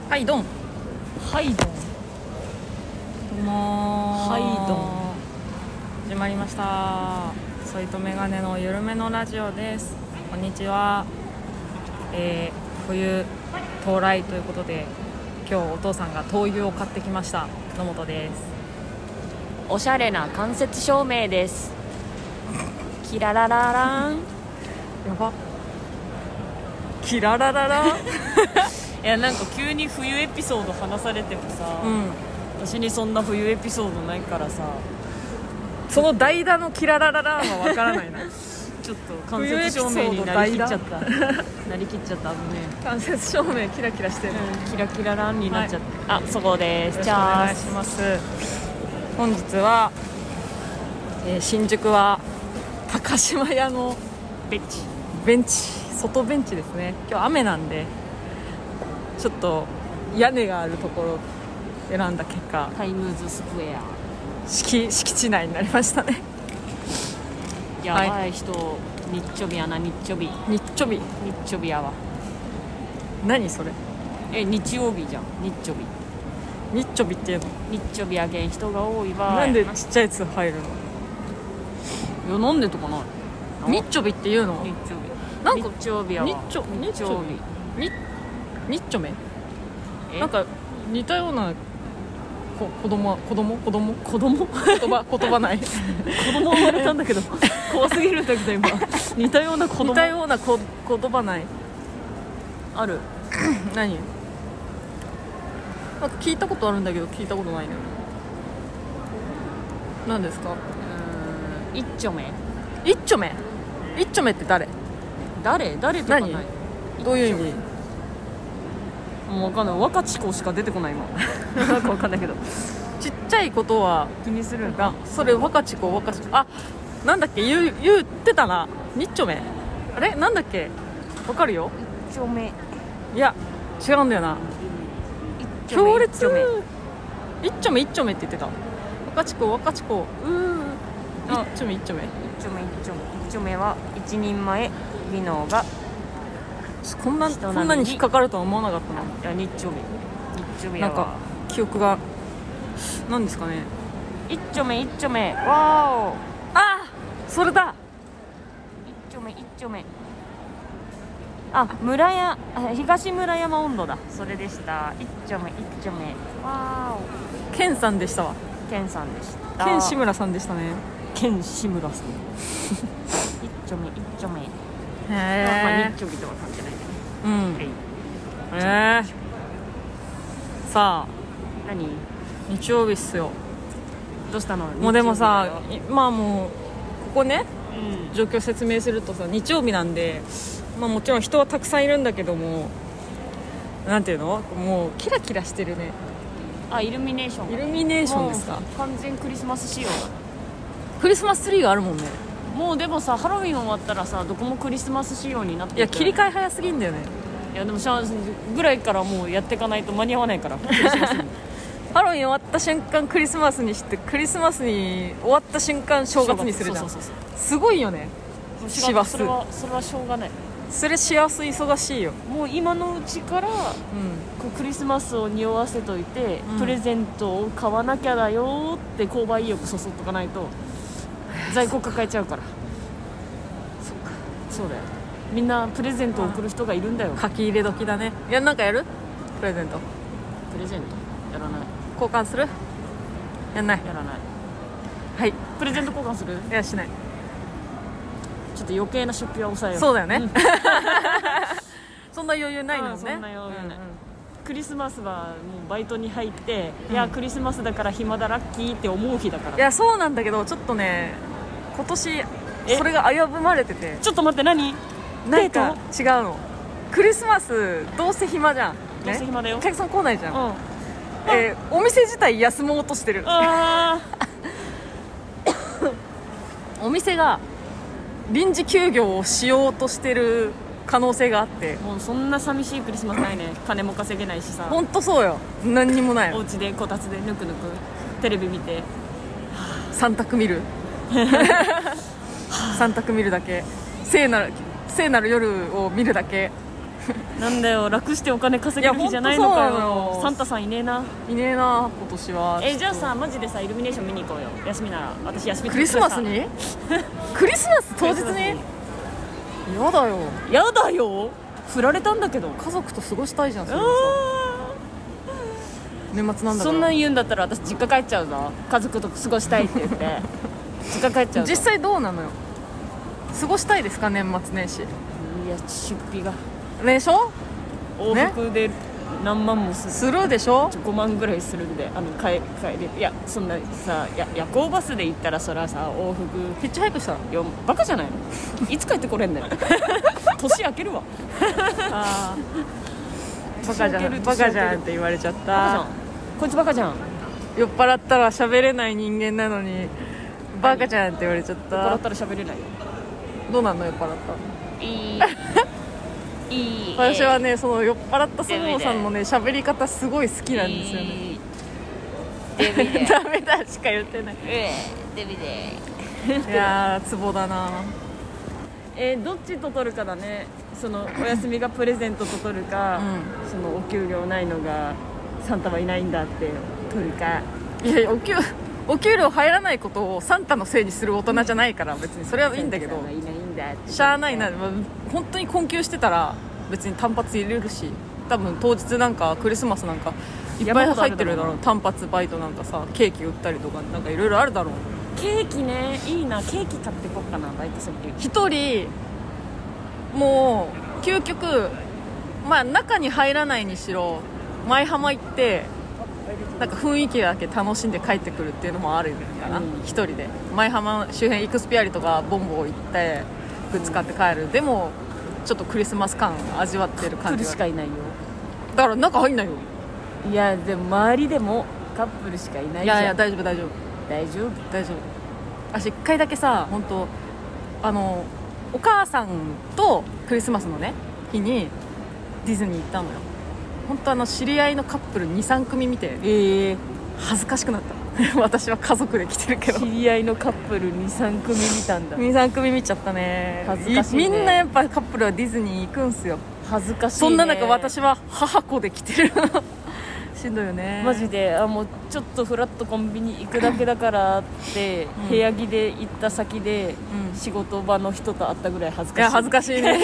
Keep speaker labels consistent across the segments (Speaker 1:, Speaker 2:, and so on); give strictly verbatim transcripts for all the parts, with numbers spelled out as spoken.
Speaker 1: はいどん
Speaker 2: はいどん
Speaker 1: どうも
Speaker 2: はいどん
Speaker 1: 始まりました。ソイとメガネのゆるめのラジオです。こんにちは。えー、冬到来ということで今日お父さんが灯油を買ってきました。野本です。
Speaker 2: おしゃれな間接照明です。キララララン。
Speaker 1: やばキララララ
Speaker 2: いやなんか急に冬エピソード話されてもさ、
Speaker 1: うん、
Speaker 2: 私にそんな冬エピソードないからさ、
Speaker 1: その代打のキララララはわからないな
Speaker 2: ちょっと間接照明になりきっちゃったなりきっちゃった危ね
Speaker 1: 間接照明キラキラしてる、
Speaker 2: え、うん、キラキラランになっちゃって、はい、あ、そこです。
Speaker 1: よろしくお願いします。本日は、えー、新宿は高島屋の
Speaker 2: ベンチ
Speaker 1: ベンチ外ベンチですね。今日雨なんでちょっと屋根があるところを選んだ結果
Speaker 2: タイムズスクエア
Speaker 1: 敷, 敷地内になりましたね。
Speaker 2: やばい人、はい、日ちょびやな日ちょび
Speaker 1: 日ちょび
Speaker 2: 日ちょびやわ。
Speaker 1: 何それ。
Speaker 2: え日曜日じゃん。日ちょび
Speaker 1: 日ちょびっていうの。
Speaker 2: 日ちょびやけん人が多いわ。
Speaker 1: なんでちっちゃいやつ入るの。
Speaker 2: いやなんでとかない。
Speaker 1: 日ちょびっていうの。
Speaker 2: 日ちょび
Speaker 1: なんか
Speaker 2: 日曜日やわ。
Speaker 1: 日ちょ
Speaker 2: 日曜日
Speaker 1: 日日ちょめなんか似たようなこ子供子供子供
Speaker 2: 子供
Speaker 1: 言葉言葉ない子
Speaker 2: 供生まれたんだけど怖すぎるんだけど今似たような子供
Speaker 1: 似たようなこ言葉ない
Speaker 2: ある
Speaker 1: 何なんか聞いたことあるんだけど聞いたことないね。何ですか。
Speaker 2: うーん一丁目
Speaker 1: 一丁目一丁目って誰
Speaker 2: 誰誰とかない。
Speaker 1: どういう意味。
Speaker 2: もう分かんない。若ち子しか出てこない今なんか分かんないけど
Speaker 1: ちっちゃいことは
Speaker 2: 気にするん
Speaker 1: あ
Speaker 2: か。
Speaker 1: それ若ち子若ち子あなんだっけ言う言ってたな。日丁目あれなんだっけわかるよ。
Speaker 2: 一丁目
Speaker 1: いや違うんだよな。強烈一丁目一丁目って言ってた。若ち子若ち子うー一丁目一丁目
Speaker 2: 一丁目一丁目一丁目は一人前技能が
Speaker 1: こんなこんなに引っかかるとは思わなかったな。
Speaker 2: いや日丁目日丁目やわ。
Speaker 1: なんか記憶が何ですかね。
Speaker 2: 一丁目一丁目わ
Speaker 1: ああそれだ。
Speaker 2: 一丁目一丁目あ村屋東村山温度だ。それでした。一丁目一丁目わーお
Speaker 1: ケンさんでしたわ。
Speaker 2: ケンさんでした。
Speaker 1: ケン志村さんでしたね。
Speaker 2: ケン志村さん一丁目一丁目
Speaker 1: へえ、
Speaker 2: まあ、日曜日とは関係ないね。
Speaker 1: うんへえさあ
Speaker 2: 何
Speaker 1: 日曜日っすよ。
Speaker 2: どうしたの。
Speaker 1: もうでもさまあもうここね、
Speaker 2: うん、
Speaker 1: 状況説明するとさ日曜日なんで、まあ、もちろん人はたくさんいるんだけどもなんていうのもうキラキラしてるね。
Speaker 2: あイルミネーション
Speaker 1: イルミネーションですか。
Speaker 2: 完全クリスマス仕様だ。
Speaker 1: クリスマスツリーがあるもんね。
Speaker 2: もうでもさハロウィン終わったらさどこもクリスマス仕様になって
Speaker 1: いや切り替え早すぎんだよね。
Speaker 2: いやでもシャンぐらいからもうやっていかないと間に合わないからクリスマスに
Speaker 1: ハロウィン終わった瞬間クリスマスにしてクリスマスに終わった瞬間正月にするじゃん。
Speaker 2: そうそうそうそう
Speaker 1: すごいよね。師走
Speaker 2: それはそれはしょうがない。
Speaker 1: それ師走忙しいよ。
Speaker 2: もう今のうちから、うん、こうクリスマスを匂わせといて、うん、プレゼントを買わなきゃだよって購買意欲そそっとかないと在庫抱えちゃうから。そうかそうだよ。みんなプレゼントを送る人がいるんだよ。
Speaker 1: 書き入れ時だね。いやなんかやるプレゼント
Speaker 2: プレゼントやらない。
Speaker 1: 交換するやんない
Speaker 2: やらない。
Speaker 1: はい
Speaker 2: プレゼント交換する。
Speaker 1: いやしない。
Speaker 2: ちょっと余計な出費は抑えよう。
Speaker 1: そうだよね、
Speaker 2: うん、
Speaker 1: そんな余裕ないのもんね。
Speaker 2: そんな余裕ない、うんうん、クリスマスはもうバイトに入って、うん、いやクリスマスだから暇だラッキーって思う日だから。
Speaker 1: いやそうなんだけどちょっとね今年それが危ぶまれてて。
Speaker 2: ちょっと待って何
Speaker 1: なんか違うの。クリスマスどうせ暇じゃん、ね、
Speaker 2: どうせ暇だよ。
Speaker 1: お客さん来ないじゃん、
Speaker 2: うん
Speaker 1: えー、お店自体休もうとしてる。
Speaker 2: あ
Speaker 1: お店が臨時休業をしようとしてる可能性があって。
Speaker 2: もうそんな寂しいクリスマスないね金も稼げないしさ。
Speaker 1: ほんとそうよ。何にもない。
Speaker 2: お家でこたつでぬくぬくテレビ見て
Speaker 1: 三択見る三択見るだけ。聖なる聖なる夜を見るだけ
Speaker 2: なんだよ、楽してお金稼げる日じゃないのか
Speaker 1: いやほんとそうなの
Speaker 2: よ。サンタさんいねえな。
Speaker 1: いねえな今年は。
Speaker 2: えじゃあさ、マジでさ、イルミネーション見に行こうよ。休みなら。私休み
Speaker 1: クリスマスにクリスマス当日にやだよ。
Speaker 2: やだよ、振られたんだけど。
Speaker 1: 家族と過ごしたいじゃんそれもさ。
Speaker 2: あ
Speaker 1: 年末なんだから。
Speaker 2: そんなん言うんだったら私実家帰っちゃうぞ。家族と過ごしたいって言って実家帰っちゃうぞ。
Speaker 1: 実際どうなのよ。過ごしたいですか年末年始。
Speaker 2: いや出費が
Speaker 1: でしょ。
Speaker 2: 往復で何万もする、
Speaker 1: するでしょ。
Speaker 2: ごまんぐらいするんで、あの帰帰れいやそんなさ、や夜行バスで行ったらそらさ往復
Speaker 1: ヒッチハイクしたら
Speaker 2: よバカじゃないのいつ帰ってこれんだよ年明けるわ
Speaker 1: あバカじゃんバカじゃんって言われちゃっ
Speaker 2: バカじゃん
Speaker 1: た。
Speaker 2: こいつバカじゃん。
Speaker 1: 酔っ払ったら喋れない人間なのにバカじゃんって言われちゃっ
Speaker 2: 酔っ払
Speaker 1: た。
Speaker 2: ったら喋れないよ。
Speaker 1: どうなんの酔っ払った
Speaker 2: いいいい
Speaker 1: 私はねその酔っ払ったそごうさんのね喋り方すごい好きなんですよね。
Speaker 2: デビで
Speaker 1: ダメだしか言ってない。
Speaker 2: えデビで
Speaker 1: いやーツボだな。
Speaker 2: えー、どっちと取るかだね。そのお休みがプレゼントと取るか、
Speaker 1: う
Speaker 2: そのお給料ないのがサンタはいないんだって取るか。
Speaker 1: いやいやお給お給料入らないことをサンタのせいにする大人じゃないから別にそれはいいんだけど、
Speaker 2: サンタさんはいないんだって
Speaker 1: しゃあないな。まあ本当に困窮してたら別に単発入れるし、多分当日なんかクリスマスなんかいっぱい入ってるだろう。単発バイトなんかさケーキ売ったりとかなんかいろいろあるだろう。
Speaker 2: ケーキね、いいな。ケーキ買ってこっかな、バイト先。
Speaker 1: 一人もう究極まあ中に入らないにしろ舞浜行ってなんか雰囲気だけ楽しんで帰ってくるっていうのもあるかな、
Speaker 2: うん
Speaker 1: 一人で舞浜周辺イクスピアリとかボンボ行ってグッズ買って帰る、うん、でもちょっとクリスマス感味わってる感じが。
Speaker 2: カップルしかいないよ。
Speaker 1: だから中入んないよ。
Speaker 2: いやでも周りでもカップルしかいないじゃん。
Speaker 1: いやいや大丈夫大丈夫
Speaker 2: 大丈夫
Speaker 1: 大丈夫。私一回だけさ本当あのお母さんとクリスマスのね日にディズニー行ったのよ。本当あの知り合いのカップル にさん 組見て、
Speaker 2: ええ
Speaker 1: 恥ずかしくなった私は家族で来てるけど
Speaker 2: 知り合いのカップル にさん 組見たんだ。
Speaker 1: にさん組見ちゃったね。
Speaker 2: 恥ずかしいね。
Speaker 1: みんなやっぱカップルはディズニー行くんすよ。
Speaker 2: 恥ずかしいね。
Speaker 1: そんな中私は母子で来てるしんどいよね
Speaker 2: マジで。あもうちょっとフラッとコンビニ行くだけだからって、うん、部屋着で行った先で、うん、仕事場の人と会ったぐらい恥ずかしい。
Speaker 1: いや恥ずかしいね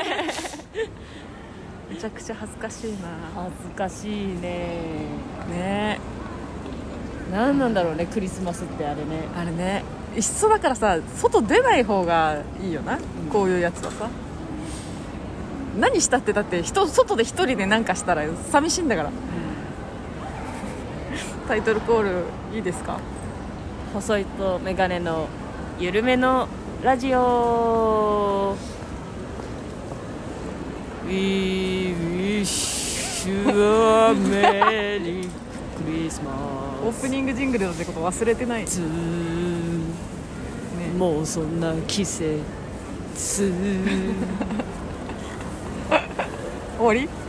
Speaker 1: めちゃくちゃ恥ずかしいな。
Speaker 2: 恥ずかしいね。
Speaker 1: ね
Speaker 2: 何なんだろうねクリスマスって。あれね
Speaker 1: あれねいっそだからさ外出ない方がいいよな、うん、こういうやつはさ。何したってだって人外で一人で何かしたら寂しいんだから、うん、タイトルコールいいですか。
Speaker 2: 細いとメガネの緩めのラジオ。 We wish you a Merry Christmas。
Speaker 1: オープニングジングルだってこと忘れてない、ね、
Speaker 2: もうそんな季節
Speaker 1: 終わり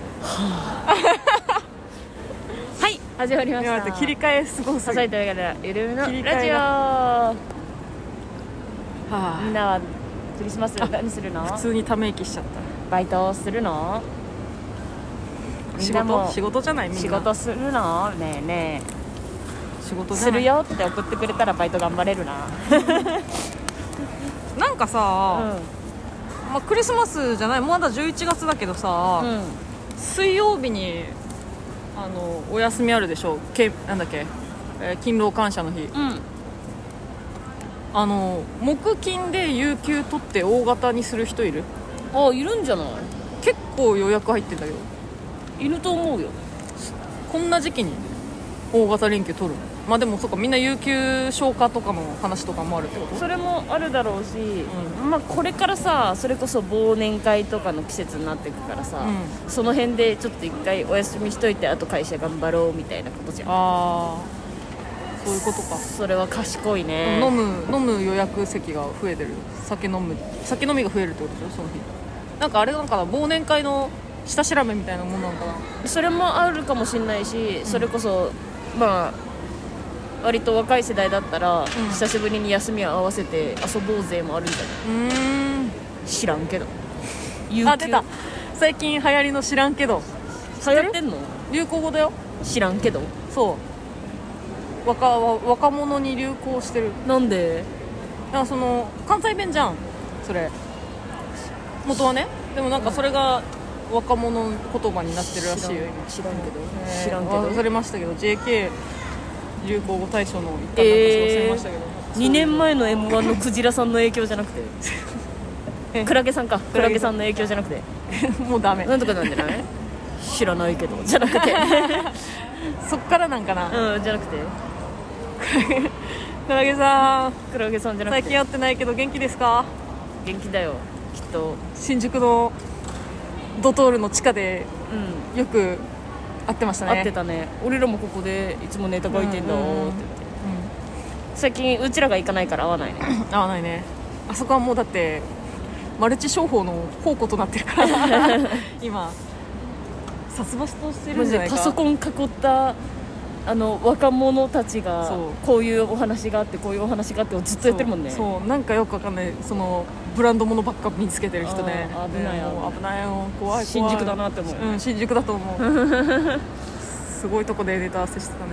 Speaker 2: はい始まりました。
Speaker 1: 切り替えすごすぎ
Speaker 2: 細いとメガネの緩めのラジオ。
Speaker 1: はあ、
Speaker 2: みんなはクリスマス何するの。
Speaker 1: 普通にため息しちゃった。
Speaker 2: バイトするの。みんなも
Speaker 1: 仕事仕事じゃないみんな。
Speaker 2: 仕事するのねえね
Speaker 1: え仕事じゃない
Speaker 2: するよって送ってくれたらバイト頑張れるな
Speaker 1: なんかさ、
Speaker 2: うん
Speaker 1: まあ、クリスマスじゃないまだじゅういちがつだけどさ、うん、水曜日にあのお休みあるでしょ。けなんだっけ、えー、勤労感謝の日、うん、あの木金で有給取って大型にする人いる。
Speaker 2: あいるんじゃない。
Speaker 1: 結構予約入ってんだけど。
Speaker 2: いると思うよ。
Speaker 1: こんな時期に大型連休取る。まあでもそうかみんな有給消化とかの話とかもあるってこと。
Speaker 2: それもあるだろうし、うん、まあこれからさそれこそ忘年会とかの季節になっていくからさ、うん、その辺でちょっと一回お休みしといてあと会社頑張ろうみたいなことじゃん。
Speaker 1: ああそういうことか。
Speaker 2: それは賢いね。
Speaker 1: 飲む飲む予約席が増えてる。酒飲む酒飲みが増えるってことでしょその日。なんかあれなんかな忘年会の下調べみたいなもんなんかな。
Speaker 2: それもあるかもしれないし、うん、それこそまあ割と若い世代だったら、うん、久しぶりに休みを合わせて遊ぼうぜもあるんじゃない。うーん知らんけど
Speaker 1: 有給あ出た最近流行りの知らんけど。
Speaker 2: 流行ってんの？
Speaker 1: 流行語だよ。
Speaker 2: 知らんけど。
Speaker 1: そう若若者に流行してる。
Speaker 2: なんで？
Speaker 1: なんかその関西弁じゃんそれ元はね。でもなんかそれが若者言葉になってるらしいよ今。
Speaker 2: 知らんけど、
Speaker 1: えー
Speaker 2: 知らんけど
Speaker 1: 忘れましたけど ジェーケー 流行語大賞の一環なんか忘れましたけど、
Speaker 2: えー、にねんまえの エムワン のクジラさんの影響じゃなくてクラゲさんかクラゲさんの影響じゃなくて
Speaker 1: もうダメ
Speaker 2: なんとかなんじゃない知らないけどじゃなくて
Speaker 1: そっからなんかな。
Speaker 2: うんじゃなくて
Speaker 1: クラゲさん
Speaker 2: クラゲさんじゃなくて
Speaker 1: 最近会ってないけど元気ですか？
Speaker 2: 元気だよきっと。
Speaker 1: 新宿のドトールの地下で
Speaker 2: うん
Speaker 1: よく会ってましたね。
Speaker 2: 会ってたね。俺らもここでいつもネタ書いてんだって言って、
Speaker 1: うんうんうん
Speaker 2: 最近うちらが行かないから会わないね。
Speaker 1: 合わないね。あそこはもうだってマルチ商法の宝庫となってるから今殺伐としてる
Speaker 2: マジ
Speaker 1: んじゃないか。
Speaker 2: でパソコン囲ったあの若者たちが
Speaker 1: そう
Speaker 2: こういうお話があってこういうお話があってをずっとやってるもんね。
Speaker 1: そうそうなんかよくわかんないそのブランド物ばっか見つけてる人ね。
Speaker 2: あー危ないよ
Speaker 1: もう危ないよ怖い怖い。
Speaker 2: 新宿だなって思う。
Speaker 1: うん新宿だと思うすごいとこでネタ合わせしてたね。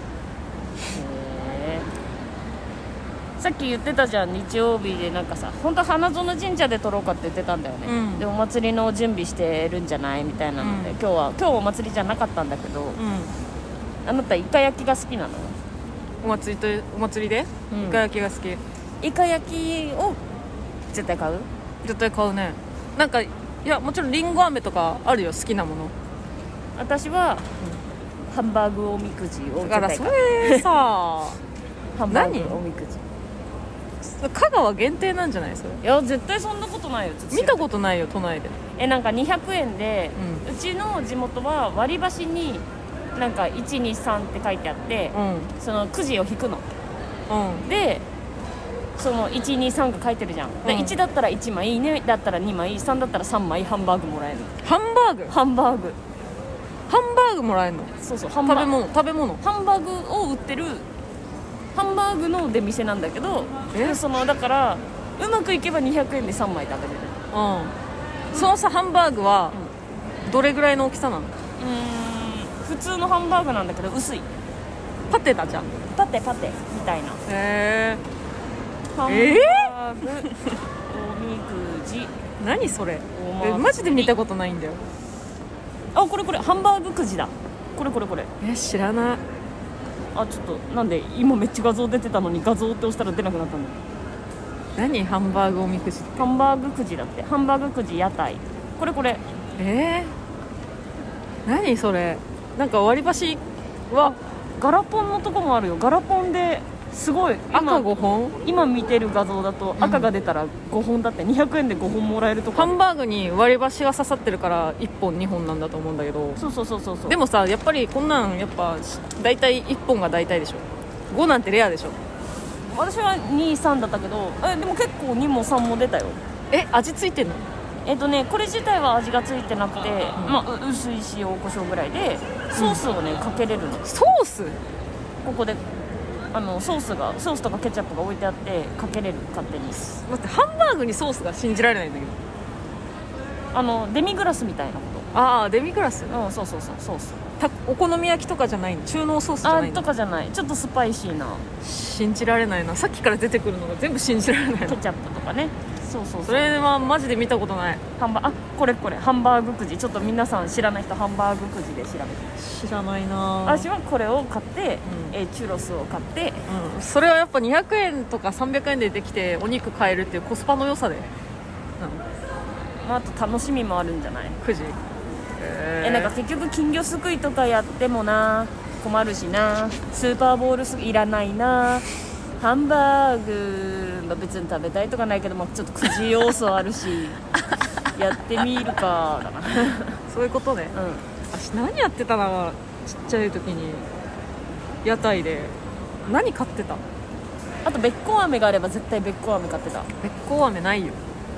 Speaker 2: へーさっき言ってたじゃん日曜日でなんかさ本当は花園神社で撮ろうかって言ってたんだよね、
Speaker 1: うん
Speaker 2: でお祭りの準備してるんじゃないみたいなので、
Speaker 1: うん
Speaker 2: 今日は今日お祭りじゃなかったんだけど、
Speaker 1: うん
Speaker 2: あなたイカ焼きが好きなの？
Speaker 1: お祭りとお祭りで
Speaker 2: うん
Speaker 1: イカ焼きが好き。
Speaker 2: イカ焼きを絶対買う？
Speaker 1: 絶対買うね。なんかいやもちろんりんご飴とかあるよ好きなもの。
Speaker 2: 私は、ハンバーグおみくじを
Speaker 1: だからそ
Speaker 2: 絶対買う
Speaker 1: れさ
Speaker 2: ハンバー
Speaker 1: 何
Speaker 2: グおみくじ
Speaker 1: 香川限定なんじゃないそれ。
Speaker 2: いや絶対そんなことないよ。
Speaker 1: 見たことないよ都内で。
Speaker 2: えなんかにひゃくえんで、
Speaker 1: う
Speaker 2: うちの地元は割り箸になんかいちにさんって書いてあって、
Speaker 1: うん
Speaker 2: そのくじを引くの
Speaker 1: うん
Speaker 2: でそのいちにさんが書いてるじゃん、で
Speaker 1: うん
Speaker 2: いちだったらいちまいにだったらにまいさんだったらさんまいハンバーグもらえるの。
Speaker 1: ハンバーグ
Speaker 2: ハンバーグ
Speaker 1: ハンバーグもらえるの。
Speaker 2: そうそうハンバーグ
Speaker 1: 食べ物食べ物。
Speaker 2: ハンバーグを売ってるハンバーグの出店なんだけど、
Speaker 1: え
Speaker 2: そのだからうまくいけばにひゃくえんでさんまい食べれる。
Speaker 1: うんそのさハンバーグはどれぐらいの大きさなの？
Speaker 2: うーん普通のハンバーグなんだけど薄い
Speaker 1: パテだじゃん。
Speaker 2: パテパテみたいな
Speaker 1: へえ
Speaker 2: ハンバーグ、おみくじ
Speaker 1: 何それ
Speaker 2: お祭り
Speaker 1: えマジで見たことないんだよ。
Speaker 2: あこれこれハンバーグくじだ。これこれこれ
Speaker 1: え知らない。
Speaker 2: あちょっとなんで今めっちゃ画像出てたのに画像って押したら出なくなったんだよ。
Speaker 1: 何ハンバーグおみくじって。
Speaker 2: ハンバーグくじだって。ハンバーグくじ屋台これこれ
Speaker 1: えー、何それ。なんか割り箸は
Speaker 2: ガラポンのとこもあるよ。ガラポンですごい
Speaker 1: 赤
Speaker 2: 今
Speaker 1: ごほん。
Speaker 2: 今見てる画像だと赤が出たらごほんだってにひゃくえんでごほんもらえるとか。
Speaker 1: ハンバーグに割り箸が刺さってるからいっぽんにほんなんだと思うんだけど、
Speaker 2: そうそうそうそうそう。
Speaker 1: でもさやっぱりこんなんやっぱ大体いっぽんが大体でしょ。ごなんてレアでしょ。
Speaker 2: 私はに、さんだったけどえでも結構にもさんも出たよ。
Speaker 1: え味ついてんの？
Speaker 2: えっとねこれ自体は味がついてなくて、
Speaker 1: うん
Speaker 2: まあ、う薄い塩コショウぐらいでソースをね、かけれるの。
Speaker 1: ソース。
Speaker 2: ここであのソースがソースとかケチャップが置いてあってかけれる勝手に。
Speaker 1: 待ってハンバーグにソースが信じられないんだけど。
Speaker 2: あのデミグラスみたいなこ
Speaker 1: ああデミグラス。
Speaker 2: と。うんそうそうそうソース
Speaker 1: たお好み焼きとかじゃないの？中濃ソースじゃないの？
Speaker 2: あとかじゃない。ちょっとスパイシーな
Speaker 1: 信じられないな。さっきから出てくるのが全部信じられないの。
Speaker 2: ケチャップとかね。そうそうそう。
Speaker 1: それはマジで見たことない。
Speaker 2: ハンバあこれこれハンバーグくじ。ちょっと皆さん知らない人ハンバーグくじで調べて。
Speaker 1: 知らないな。
Speaker 2: 私はこれを買って、
Speaker 1: うん
Speaker 2: えーチュロスを買って
Speaker 1: うん、それはやっぱにひゃくえんとかさんびゃくえんでできてお肉買えるっていうコスパの良さで、うん、
Speaker 2: まあ、あと楽しみもあるんじゃない？
Speaker 1: くじ。え
Speaker 2: えなんか結局金魚すくいとかやってもな困るしな。スーパーボールすいらないな。ハンバーグが別に食べたいとかないけど、まあ、ちょっとくじ要素あるしやってみるかだな
Speaker 1: そういうことね。
Speaker 2: うん
Speaker 1: 私何やってたなちっちゃい時に屋台で何買ってた？
Speaker 2: あとべっこう飴があれば絶対べっこう飴買ってた。
Speaker 1: べっこう飴ないよ。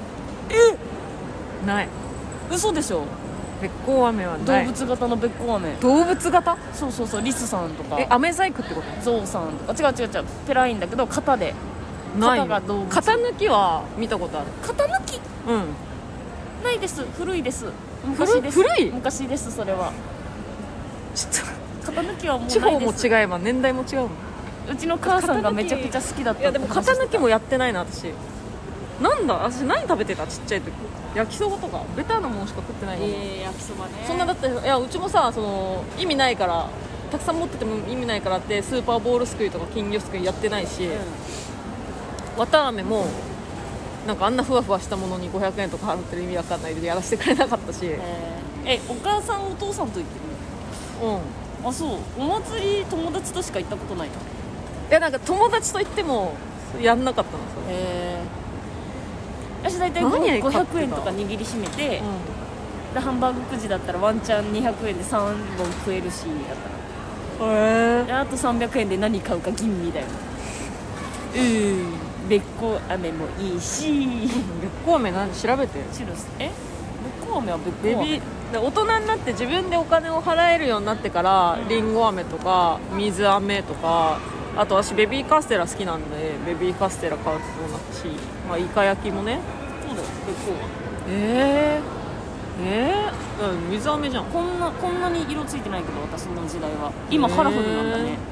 Speaker 2: え
Speaker 1: ない。
Speaker 2: 嘘でしょ？
Speaker 1: べっこう飴はない。
Speaker 2: 動物型のべっこう飴。
Speaker 1: 動物型？
Speaker 2: そうそうそうリスさんとか
Speaker 1: え飴細工ってこと？
Speaker 2: ゾウさんとか違う違う違うペラインだけど型で
Speaker 1: ないよ。
Speaker 2: 型が動物。
Speaker 1: 型抜きは見たことある。
Speaker 2: 型抜き
Speaker 1: うん
Speaker 2: ないです。古いです。 昔です。
Speaker 1: 古い
Speaker 2: 昔です。それは
Speaker 1: ちょっ
Speaker 2: 型抜きはもう
Speaker 1: と地
Speaker 2: ないです。
Speaker 1: 方も違えば年代も違うの。
Speaker 2: うちの母さんがめちゃくちゃ好きだったって
Speaker 1: いやでも型抜きも
Speaker 2: や
Speaker 1: やってないな私。なんだ私何食べてたちっちゃい時。焼きそばとかベターなものしか食ってないの、
Speaker 2: えー、焼きそばね。
Speaker 1: そんなだっていやうちもさその意味ないからたくさん持ってても意味ないからってスーパーボールすくいとか金魚すくいやってないし、わたあめもなんかあんなふわふわしたものにごひゃくえんとか払ってる意味わかんないでやらせてくれなかったし、
Speaker 2: えー、えお母さんお父さんと行ってる？
Speaker 1: うん。
Speaker 2: あ、そう。お祭り友達としか行ったことないな。
Speaker 1: いやなんか友達と言ってもやんなかったのそれ。
Speaker 2: へえ。私大体
Speaker 1: 何買ってた
Speaker 2: ごひゃくえんとか握りしめて、
Speaker 1: う
Speaker 2: でハンバーグくじだったらワンチャンにひゃくえんでさんぼん食えるし、だったら
Speaker 1: ん。へ
Speaker 2: であとさんびゃくえんで何買うか吟味だよ。うんべっこ飴もいいし、
Speaker 1: べっこ飴何調べて。
Speaker 2: チュロスえべっこ飴はべっこ
Speaker 1: ベ
Speaker 2: 飴
Speaker 1: ビー大人になって自分でお金を払えるようになってからりんご飴とか水飴とか、あと私ベビーカステラ好きなんでベビーカステラ買うようになったし、まあ、イカ焼きもね。
Speaker 2: そうだよべっこ飴。
Speaker 1: えー、えー、うん水飴じゃん。
Speaker 2: こんなこんなに色ついてないけど私の時代は今カラフルなんだね。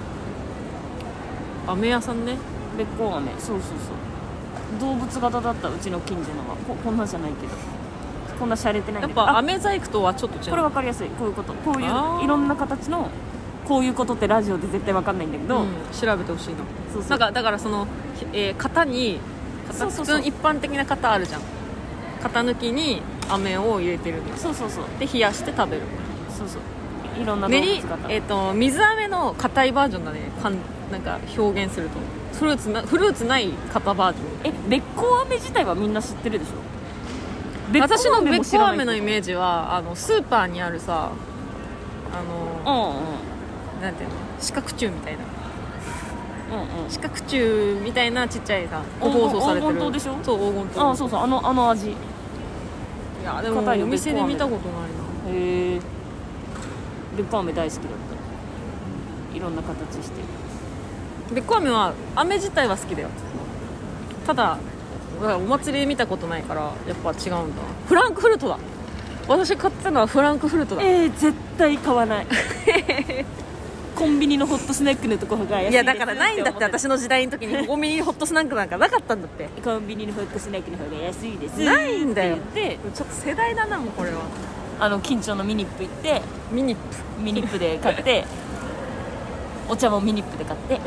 Speaker 1: 飴屋さんね。
Speaker 2: べっこ飴そうそうそう動物型だったうちの近所のは こ, こんなんじゃないけどこんな洒落てない
Speaker 1: やっ
Speaker 2: んだけど
Speaker 1: ぱ飴細工とはちょっと違う。
Speaker 2: これ分かりやすいこういうことこういう
Speaker 1: あー
Speaker 2: いろんな形のこういうことってラジオで絶対分かんないんだけど、
Speaker 1: うん、調べてほしいな。
Speaker 2: そうそう
Speaker 1: なんかだからその、えー型に型
Speaker 2: そうそうそう
Speaker 1: 普通の一般的な型あるじゃん。型抜きに飴を入れてるんです。
Speaker 2: そうそうそう
Speaker 1: で冷やして食べる。
Speaker 2: そうそういろんな動
Speaker 1: 練り
Speaker 2: 物型、
Speaker 1: えー、と水飴の硬いバージョンだね。かんなんか表現するとフルーツなフルーツない型バージョン。
Speaker 2: えべっこ飴自体はみんな知ってるでしょ。べっこ
Speaker 1: 私のべっ
Speaker 2: も知らない
Speaker 1: こ飴のイメージはあのスーパーにあるさあの、
Speaker 2: うんうん
Speaker 1: なんていうの四角柱みたいな
Speaker 2: うんうん
Speaker 1: 四角柱みたいなちっちゃいさ個包装されてる
Speaker 2: 黄金糖でしょ。
Speaker 1: そう黄金糖。
Speaker 2: あそうそうあのあの味。へ
Speaker 1: いやでも
Speaker 2: 硬いよ
Speaker 1: お店で見たことないな。
Speaker 2: えべっこ飴大好きだったいろんな形して
Speaker 1: べっこ飴は飴自体は好きだよ。ただお祭りで見たことないからやっぱ違うんだ。フランクフルトだ。私買ったのはフランクフルトだ。
Speaker 2: えー、絶対買わないコンビニのホットスナックのところが安いです
Speaker 1: いやだからないんだって。
Speaker 2: 思
Speaker 1: 私の時代の時にコンビニホットスナックなんかなかったんだって
Speaker 2: コンビニのホットスナックの方が安いです
Speaker 1: ないんだよ
Speaker 2: って言って
Speaker 1: ちょっと世代だなもうこれは。
Speaker 2: あの近所のミニップ行って
Speaker 1: ミニップ
Speaker 2: ミニップで買ってお茶もミニップで買って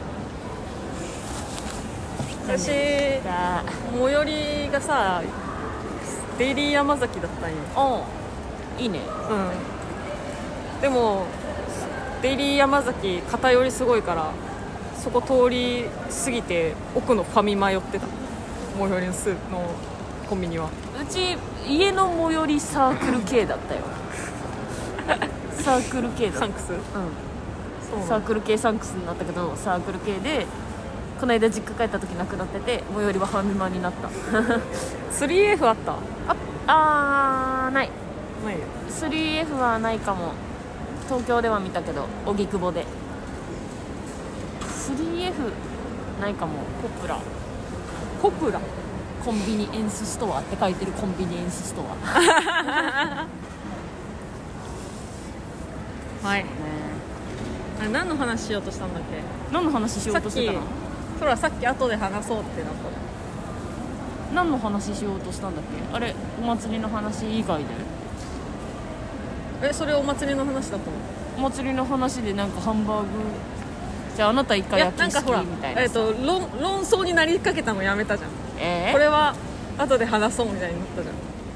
Speaker 1: 私
Speaker 2: さ
Speaker 1: 最寄りがさデイリー山崎だったんよ。
Speaker 2: あいいね
Speaker 1: うんでもデイリー山崎偏りすごいからそこ通り過ぎて奥のファミマ寄ってた。最寄りのスーのコンビニは。
Speaker 2: うち家の最寄りサークル系だったよサークル系だ
Speaker 1: サンクス。
Speaker 2: うん
Speaker 1: そう
Speaker 2: サークル系サンクスになったけどサークル系でこの間実家帰った時なくなってて最寄りはファミマになった
Speaker 1: スリーエフ あった。
Speaker 2: ああーない
Speaker 1: ないよ。
Speaker 2: スリーエフ はないかも。東京では見たけど荻窪で スリーエフ ないかも。ポプラ
Speaker 1: ポプラ
Speaker 2: コンビニエンスストアって書いてるコンビニエンスストア
Speaker 1: はい。
Speaker 2: ね
Speaker 1: あれ何の話しようとしたんだっけ。
Speaker 2: 何の話しようとしてたの。
Speaker 1: ほらさっき後で話そうってなったの。
Speaker 2: 何の話しようとしたんだっけ。あれお祭りの話以外で
Speaker 1: えそれお祭りの話だったの。
Speaker 2: お祭りの話でなんかハンバーグじゃああなたイカ
Speaker 1: いや
Speaker 2: 焼き好き
Speaker 1: なんかほら
Speaker 2: みたいなさ
Speaker 1: えっと論論争になりかけたのやめたじゃん。
Speaker 2: えー、
Speaker 1: これは後で話そうみたいになったじゃん。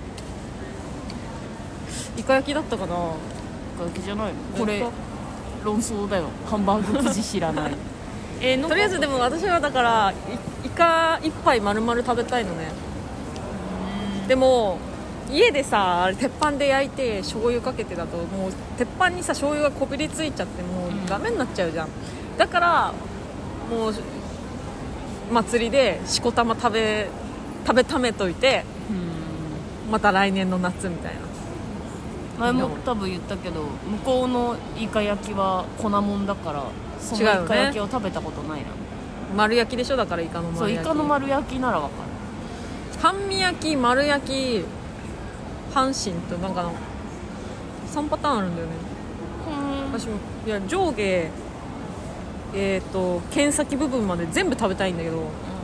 Speaker 1: イカ焼きだったかな。
Speaker 2: イカ焼きじゃないのこれ論争だよ。ハンバーグくじ知らないえー、
Speaker 1: とりあえずでも私はだからイイカ一杯丸々食べたいのね。でも家でさあれ鉄板で焼いて醤油かけてだともう鉄板にさ醤油がこびりついちゃってもうダメになっちゃうじゃん。だからもう祭りでしこたま食べ食べためといてまた来年の夏みたいな。
Speaker 2: 前も多分言ったけど向こうのイカ焼きは粉もんだからそのイカ焼きを食べたことないな、
Speaker 1: 丸焼きでしょ。だからイカの
Speaker 2: そうイ
Speaker 1: 丸焼き。
Speaker 2: カの丸焼きならわかる。
Speaker 1: 半身焼き丸焼き阪神となんかのさんパターンあるんだよね。私もいや上下えっ、ー、と剣先部分まで全部食べたいんだけど、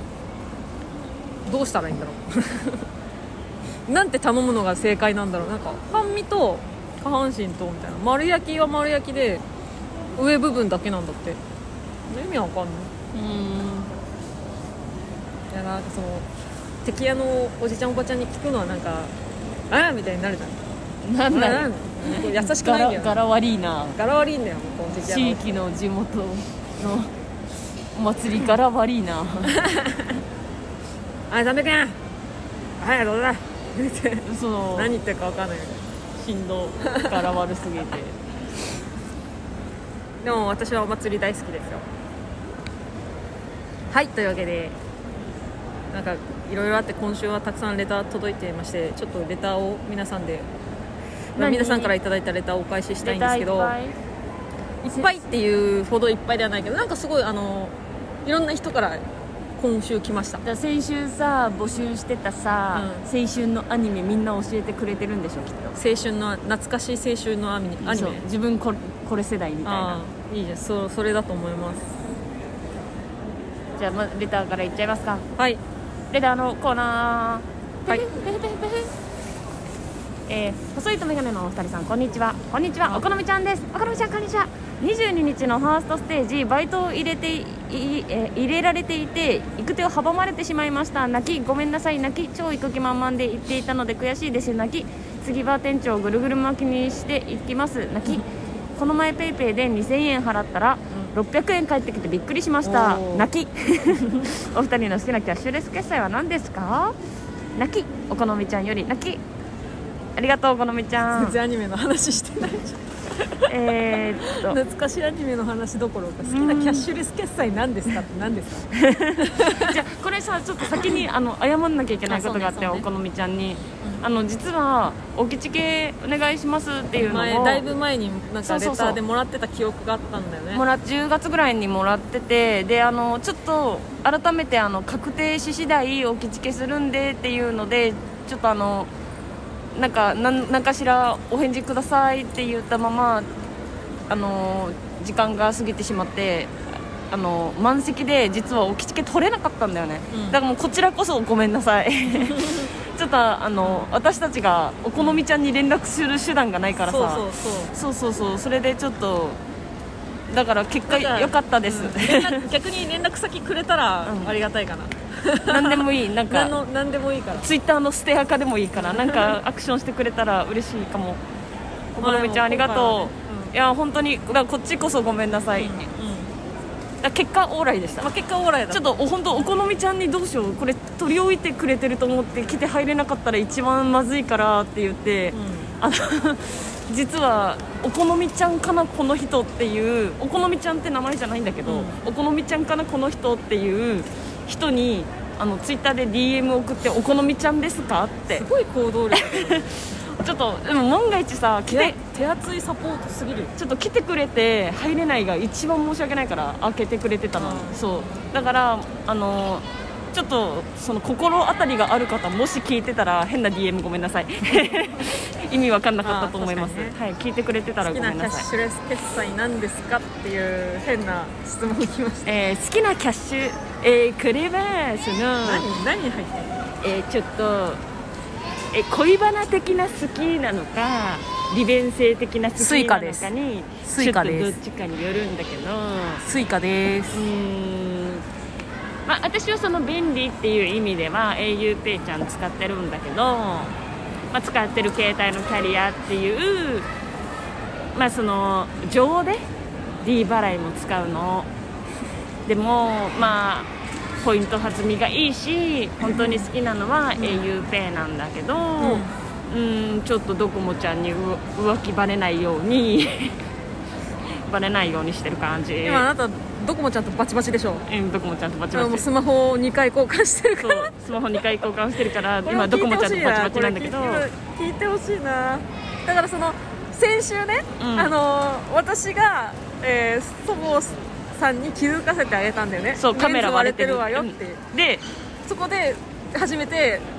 Speaker 1: どうしたらいいんだろうなんて頼むのが正解なんだろう。なんか半身と下半身とみたいな、丸焼きは丸焼きで上部分だけなんだって。意味わかんない。
Speaker 2: うん。
Speaker 1: いやなんかその敵屋のおじちゃんおばちゃんに聞くのはなんかああみたいになるじゃん。
Speaker 2: なんだよ。
Speaker 1: 優しくないんだよ。
Speaker 2: ガラ悪いな。
Speaker 1: ガラ悪いんだよ。この敵屋の
Speaker 2: 地域の地元のお祭りガラ悪いな。
Speaker 1: あ、ダメかん。はい、どうだ。
Speaker 2: その
Speaker 1: 何言ってるか分かんないよね。
Speaker 2: 振動ガラ悪すぎて。
Speaker 1: でも私はお祭り大好きですよ。はい、というわけでなんかいろいろあって今週はたくさんレター届いていまして、ちょっとレターを皆さんで皆さんからいただいたレターをお返ししたいんですけど、いっぱいいっぱいっていうほどいっぱいではないけど、なんかすごいあのいろんな人から今週来ました。
Speaker 2: じゃあ先週さ募集してたさ、うん、青春のアニメみんな教えてくれてるんでしょきっと。
Speaker 1: 青春の懐かしい青春のアニメ、アニメ
Speaker 2: 自分これ、これ世代みたいな。
Speaker 1: いいじゃん、そ、それだと思います。
Speaker 2: じゃあ、ま、レターからいっちゃいますか。
Speaker 1: はい、
Speaker 2: レターのコーナー。はい。えー、細いとメガネのお二人さん、こんにちは。こんにちは、お好みちゃんです。お好みちゃん、こんにちは。にじゅうににちのファーストステージ、バイトを入れてい、えー、入れられていて行く手を阻まれてしまいました。泣き、ごめんなさい。泣き、超行く気満々で言っていたので悔しいです。泣き、次は店長をぐるぐる巻きにしていきます。泣き、この前ペイペイでにせんえん払ったらろっぴゃくえん返ってきてびっくりしました。泣きお二人の好きなキャッシュレス決済は何ですか？泣き、お好みちゃんより泣き。ありがとう、お好みちゃん。
Speaker 1: 全然アニメの話してないじゃん。
Speaker 2: えーっと
Speaker 1: 懐かしいアニメの話どころか好きなキャッシュレス決済何ですかって何ですか
Speaker 2: じゃあこれさ、ちょっと先にあの謝んなきゃいけないことがあって、ねね、お好みちゃんに、うん、あの実はおきち系お願いしますっていうのを
Speaker 1: 前だいぶ前になんかレターでもらってた記憶があったんだよね。
Speaker 2: もらじゅうがつぐらいにもらってて、であのちょっと改めてあの確定し次第おきちけするんでっていうので、ちょっとあのなんか何かしらお返事くださいって言ったままあの時間が過ぎてしまって、あの満席で実はおきちけ取れなかったんだよね、うん、だからもうこちらこそごめんなさいちょっとあの私たちがお好みちゃんに連絡する手段がないからさ、
Speaker 1: そうそうそう
Speaker 2: そうそうそう、それでちょっとだから結果良かったです、うん、
Speaker 1: 逆に連絡先くれたらありがたいかな、
Speaker 2: 何でもいい、なんか
Speaker 1: 何の何でもいいから、
Speaker 2: ツイッターのステア化でもいいからなんかアクションしてくれたら嬉しいかも。お好みちゃんありがとう、うん、いや本当にだからこっちこそごめんなさい、うんうん、だ結果オーライでした、
Speaker 1: まあ、結果オーライだ。
Speaker 2: ちょっと本当お好みちゃんにどうしよう、これ取り置いてくれてると思って来て入れなかったら一番まずいからって言って、うん、あの実はお好みちゃんかなこの人っていう、お好みちゃんって名前じゃないんだけど、うん、お好みちゃんかなこの人っていう人にあのツイッターで ディーエム 送って、お好みちゃんですかって
Speaker 1: すごい行動力
Speaker 2: ちょっとでも万が一さ来て
Speaker 1: 手厚いサポートすぎる。
Speaker 2: ちょっと来てくれて入れないが一番申し訳ないから開けてくれてたの、そうだからあのちょっとその心当たりがある方もし聞いてたら変な ディーエム ごめんなさい意味わかんなかったと思います、ね、はい、聞いてくれてたらごめんなさい。
Speaker 1: 好きなキャッシュレス決済なんですかっていう変な質問来ました、
Speaker 2: えー、好きなキャッシュ、えー、クレバースの
Speaker 1: 何何入ってるの、
Speaker 2: えー、ちょっとえ恋バナ的な好きなのか利便性的な好きなのかに
Speaker 1: スイカです、
Speaker 2: ちょっとどっちかによるんだけど、
Speaker 1: スイカです。
Speaker 2: うーん、まあ、私はその便利っていう意味では auPay ちゃん使ってるんだけど、まあ、使ってる携帯のキャリアっていう、まあ、その情で D 払いも使うのでもまあポイント弾みがいいし本当に好きなのは auPay なんだけど、うん、うんちょっとドコモちゃんに浮気バレないようにバレないようにしてる感じ。
Speaker 1: 今あなたドコモちゃんとバチバチでしょ。
Speaker 2: うんドコモちゃんとバチバチ。
Speaker 1: もうスマホをにかい交換してるから。そう
Speaker 2: スマホにかい交換してるから今ドコモちゃんとバチバチなんだけど、
Speaker 1: 聞いてほしいな。だからその先週ね、うん、あの私が、えー、祖母さんに気づかせてあげたんだよね。
Speaker 2: そうカメラ割れてる
Speaker 1: わよって、
Speaker 2: うん、で
Speaker 1: そこで初めて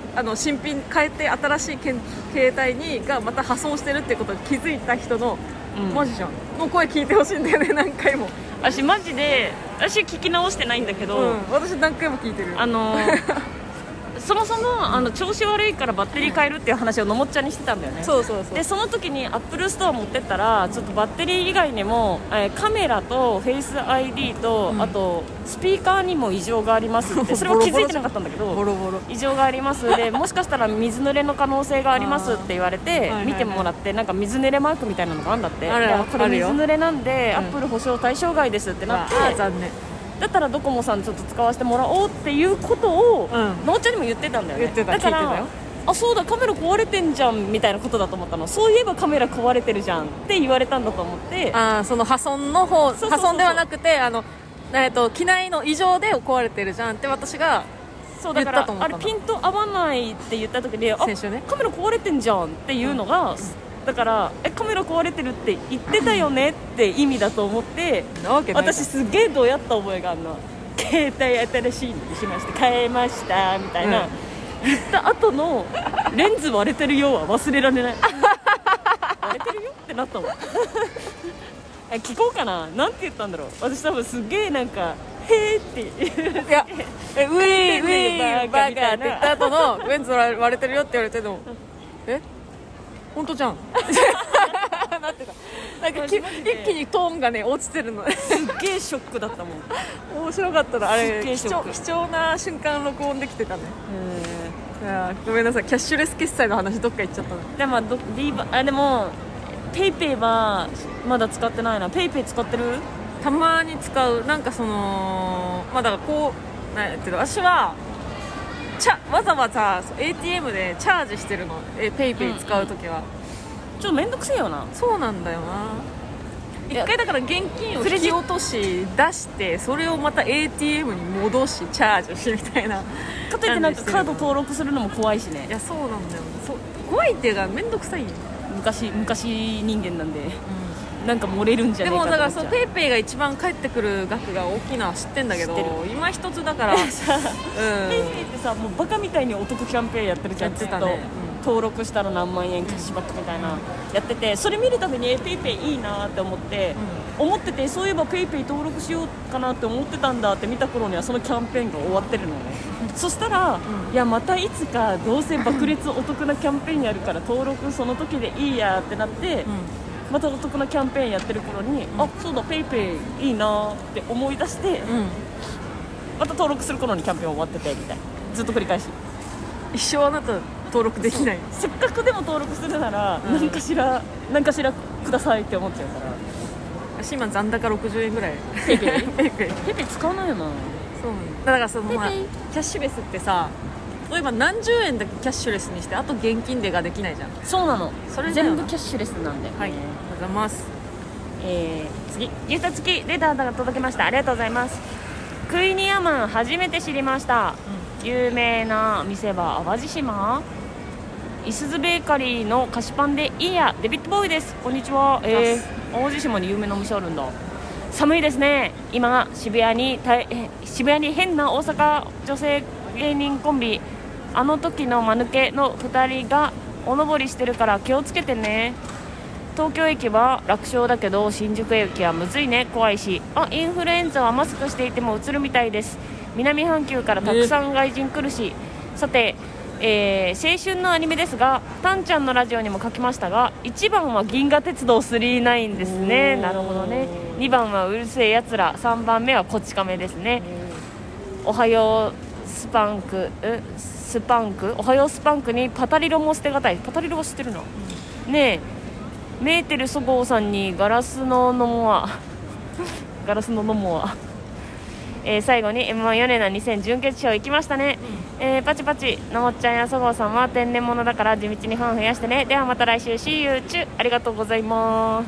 Speaker 1: あの新品変えて新しいけん携帯にがまた破損してるってことに気づいた人の、うん、マジじゃんの声聞いてほしいんだよね。何回も
Speaker 2: 私マジで私聞き直してないんだけど、うん、
Speaker 1: 私何回も聞いてる。
Speaker 2: あのそもそもあの調子悪いからバッテリー変えるっていう話をのもっちゃんにしてたんだよね。
Speaker 1: そうそうそう。
Speaker 2: でその時にアップルストア持ってったらちょっとバッテリー以外にも、えー、カメラとフェイス アイディー と、うん、あとスピーカーにも異常がありますってそれは気づいてなかったんだけど
Speaker 1: ボロボロ
Speaker 2: 異常がありますでもしかしたら水濡れの可能性がありますって言われて見てもらってなんか水濡れマークみたいなのがあるんだって。
Speaker 1: あれ
Speaker 2: これ水濡れなんで、うん、アップル保証対象外ですってなって、
Speaker 1: あ残念
Speaker 2: だったらドコモさんちょっと使わせてもらおうっていうことを、うん、のっちゃんにも言ってたんだよね。
Speaker 1: 言ってた
Speaker 2: だから
Speaker 1: 聞いてたよ。
Speaker 2: あそうだカメラ壊れてんじゃんみたいなことだと思ったの。そういえばカメラ壊れてるじゃんって言われたんだと思って。
Speaker 1: あその破損の方破損ではなくてあの、えー、と機内の異常で壊れてるじゃんって私が
Speaker 2: そうだからあれピント合わないって言った時で
Speaker 1: 先週、ね、
Speaker 2: あカメラ壊れてんじゃんっていうのが、うんだからえカメラ壊れてるって言ってたよねって意味だと思って
Speaker 1: なわけない
Speaker 2: 私すげえどうやった覚えがあるの。携帯新しいのにしました変えましたみたいな、うん、言った後のレンズ割れてるよは忘れられない割れてるよってなったもん聞こうかななんて言ったんだろう。私多分すげえなんかへーって
Speaker 1: いやえウィーウィーバカって言った後のレンズ割れてるよって言われてもえ本当じゃんなってた。なんか一気にトーンがね落ちてるの
Speaker 2: すっげえショックだったもん
Speaker 1: 面白かったなあれ貴重、
Speaker 2: 貴
Speaker 1: 重な瞬間録音できてたね。いやごめんなさいキャッシュレス決済の話どっか行っちゃったの。
Speaker 2: でもど D バあでもペイペイはまだ使ってないな。ペイペイ使ってる？
Speaker 1: たまに使う。なんかそのまあだからこうなんやけど私はチャわざわざ エーティーエム でチャージしてるのえペイペイ使うときは、うんうん
Speaker 2: ちょっとめんどくせえよな。
Speaker 1: そうなんだよな。一回だから現金を引き落とし出してそれをまた エーティーエム に戻しチャージしみたいな
Speaker 2: かといってなんかカード登録するのも怖いしね。
Speaker 1: いやそうなんだよそう怖いっていうかめんどくさいよ。
Speaker 2: 昔昔人間なんで、うん、なんか漏れるんじゃねえかと思っちゃう。でもだからそう
Speaker 1: ペイペイが一番返ってくる額が大きいのは知ってんだけど今一つだからさ、うん、
Speaker 2: ペイペイってさもうバカみたいにお得キャンペーンやってるじゃん。
Speaker 1: やってたね、
Speaker 2: 登録したら何万円キャッシュバックみたいなやっててそれ見るためにえペイペイいいなって思って、うん、思っててそういえばペイペイ登録しようかなって思ってたんだって見た頃にはそのキャンペーンが終わってるのねそしたら、うん、いやまたいつかどうせ爆裂お得なキャンペーンやるから登録その時でいいやってなって、うん、またお得なキャンペーンやってる頃に、うん、あそうだペイペイいいなって思い出して、また登録する頃にキャンペーン終わっててみたいなずっと繰り返し
Speaker 1: 一生あなた登録できない。
Speaker 2: せっかくでも登録するなら、うん、何かしら何かしらくださいって思っちゃうから
Speaker 1: 私今残高ろくじゅうえんぐらい
Speaker 2: ペイペイペイペイペイペイ使わないよな。
Speaker 1: そうなんだ。だからその、まあ、キャッシュレスってさ例えば何十円だけキャッシュレスにしてあと現金でができないじゃん。
Speaker 2: そうなの
Speaker 1: それ
Speaker 2: 全部キャッシュレスなんで、ね、
Speaker 1: はいありがとうございます。
Speaker 2: えー、次ギフト付きレターが届きました。ありがとうございます。クイニアマン初めて知りました、うん、有名な店は淡路島いすずベーカリーの菓子パンでいいやデビッドボーイです。こんにちは。えー、淡路島に有名なお店あるんだ。寒いですね。今渋谷に渋谷に変な大阪女性芸人コンビあの時の間抜けのふたりがおのぼりしてるから気をつけてね。東京駅は楽勝だけど新宿駅はむずいね怖いしあインフルエンザはマスクしていてもうつるみたいです。南半球からたくさん外人来るし、さてえー、青春のアニメですがタンちゃんのラジオにも書きましたがいちばんは銀河鉄道スリーナインですね。なるほどね。にばんはうるせえやつらさんばんめはこち亀ですね。おはようスパンクスパンクおはようスパンクにパタリロも捨てがたい。パタリロは知ってるな、うん、ねえメーテルそごうさんにガラスのノモアガラスのノモアえー、最後に エムワン 米田にせん準決勝行きましたね、うんえー、パチパチのもっちゃんやそごうさんは天然物だから地道にファン増やしてね。ではまた来週 See you チュありがとうございます。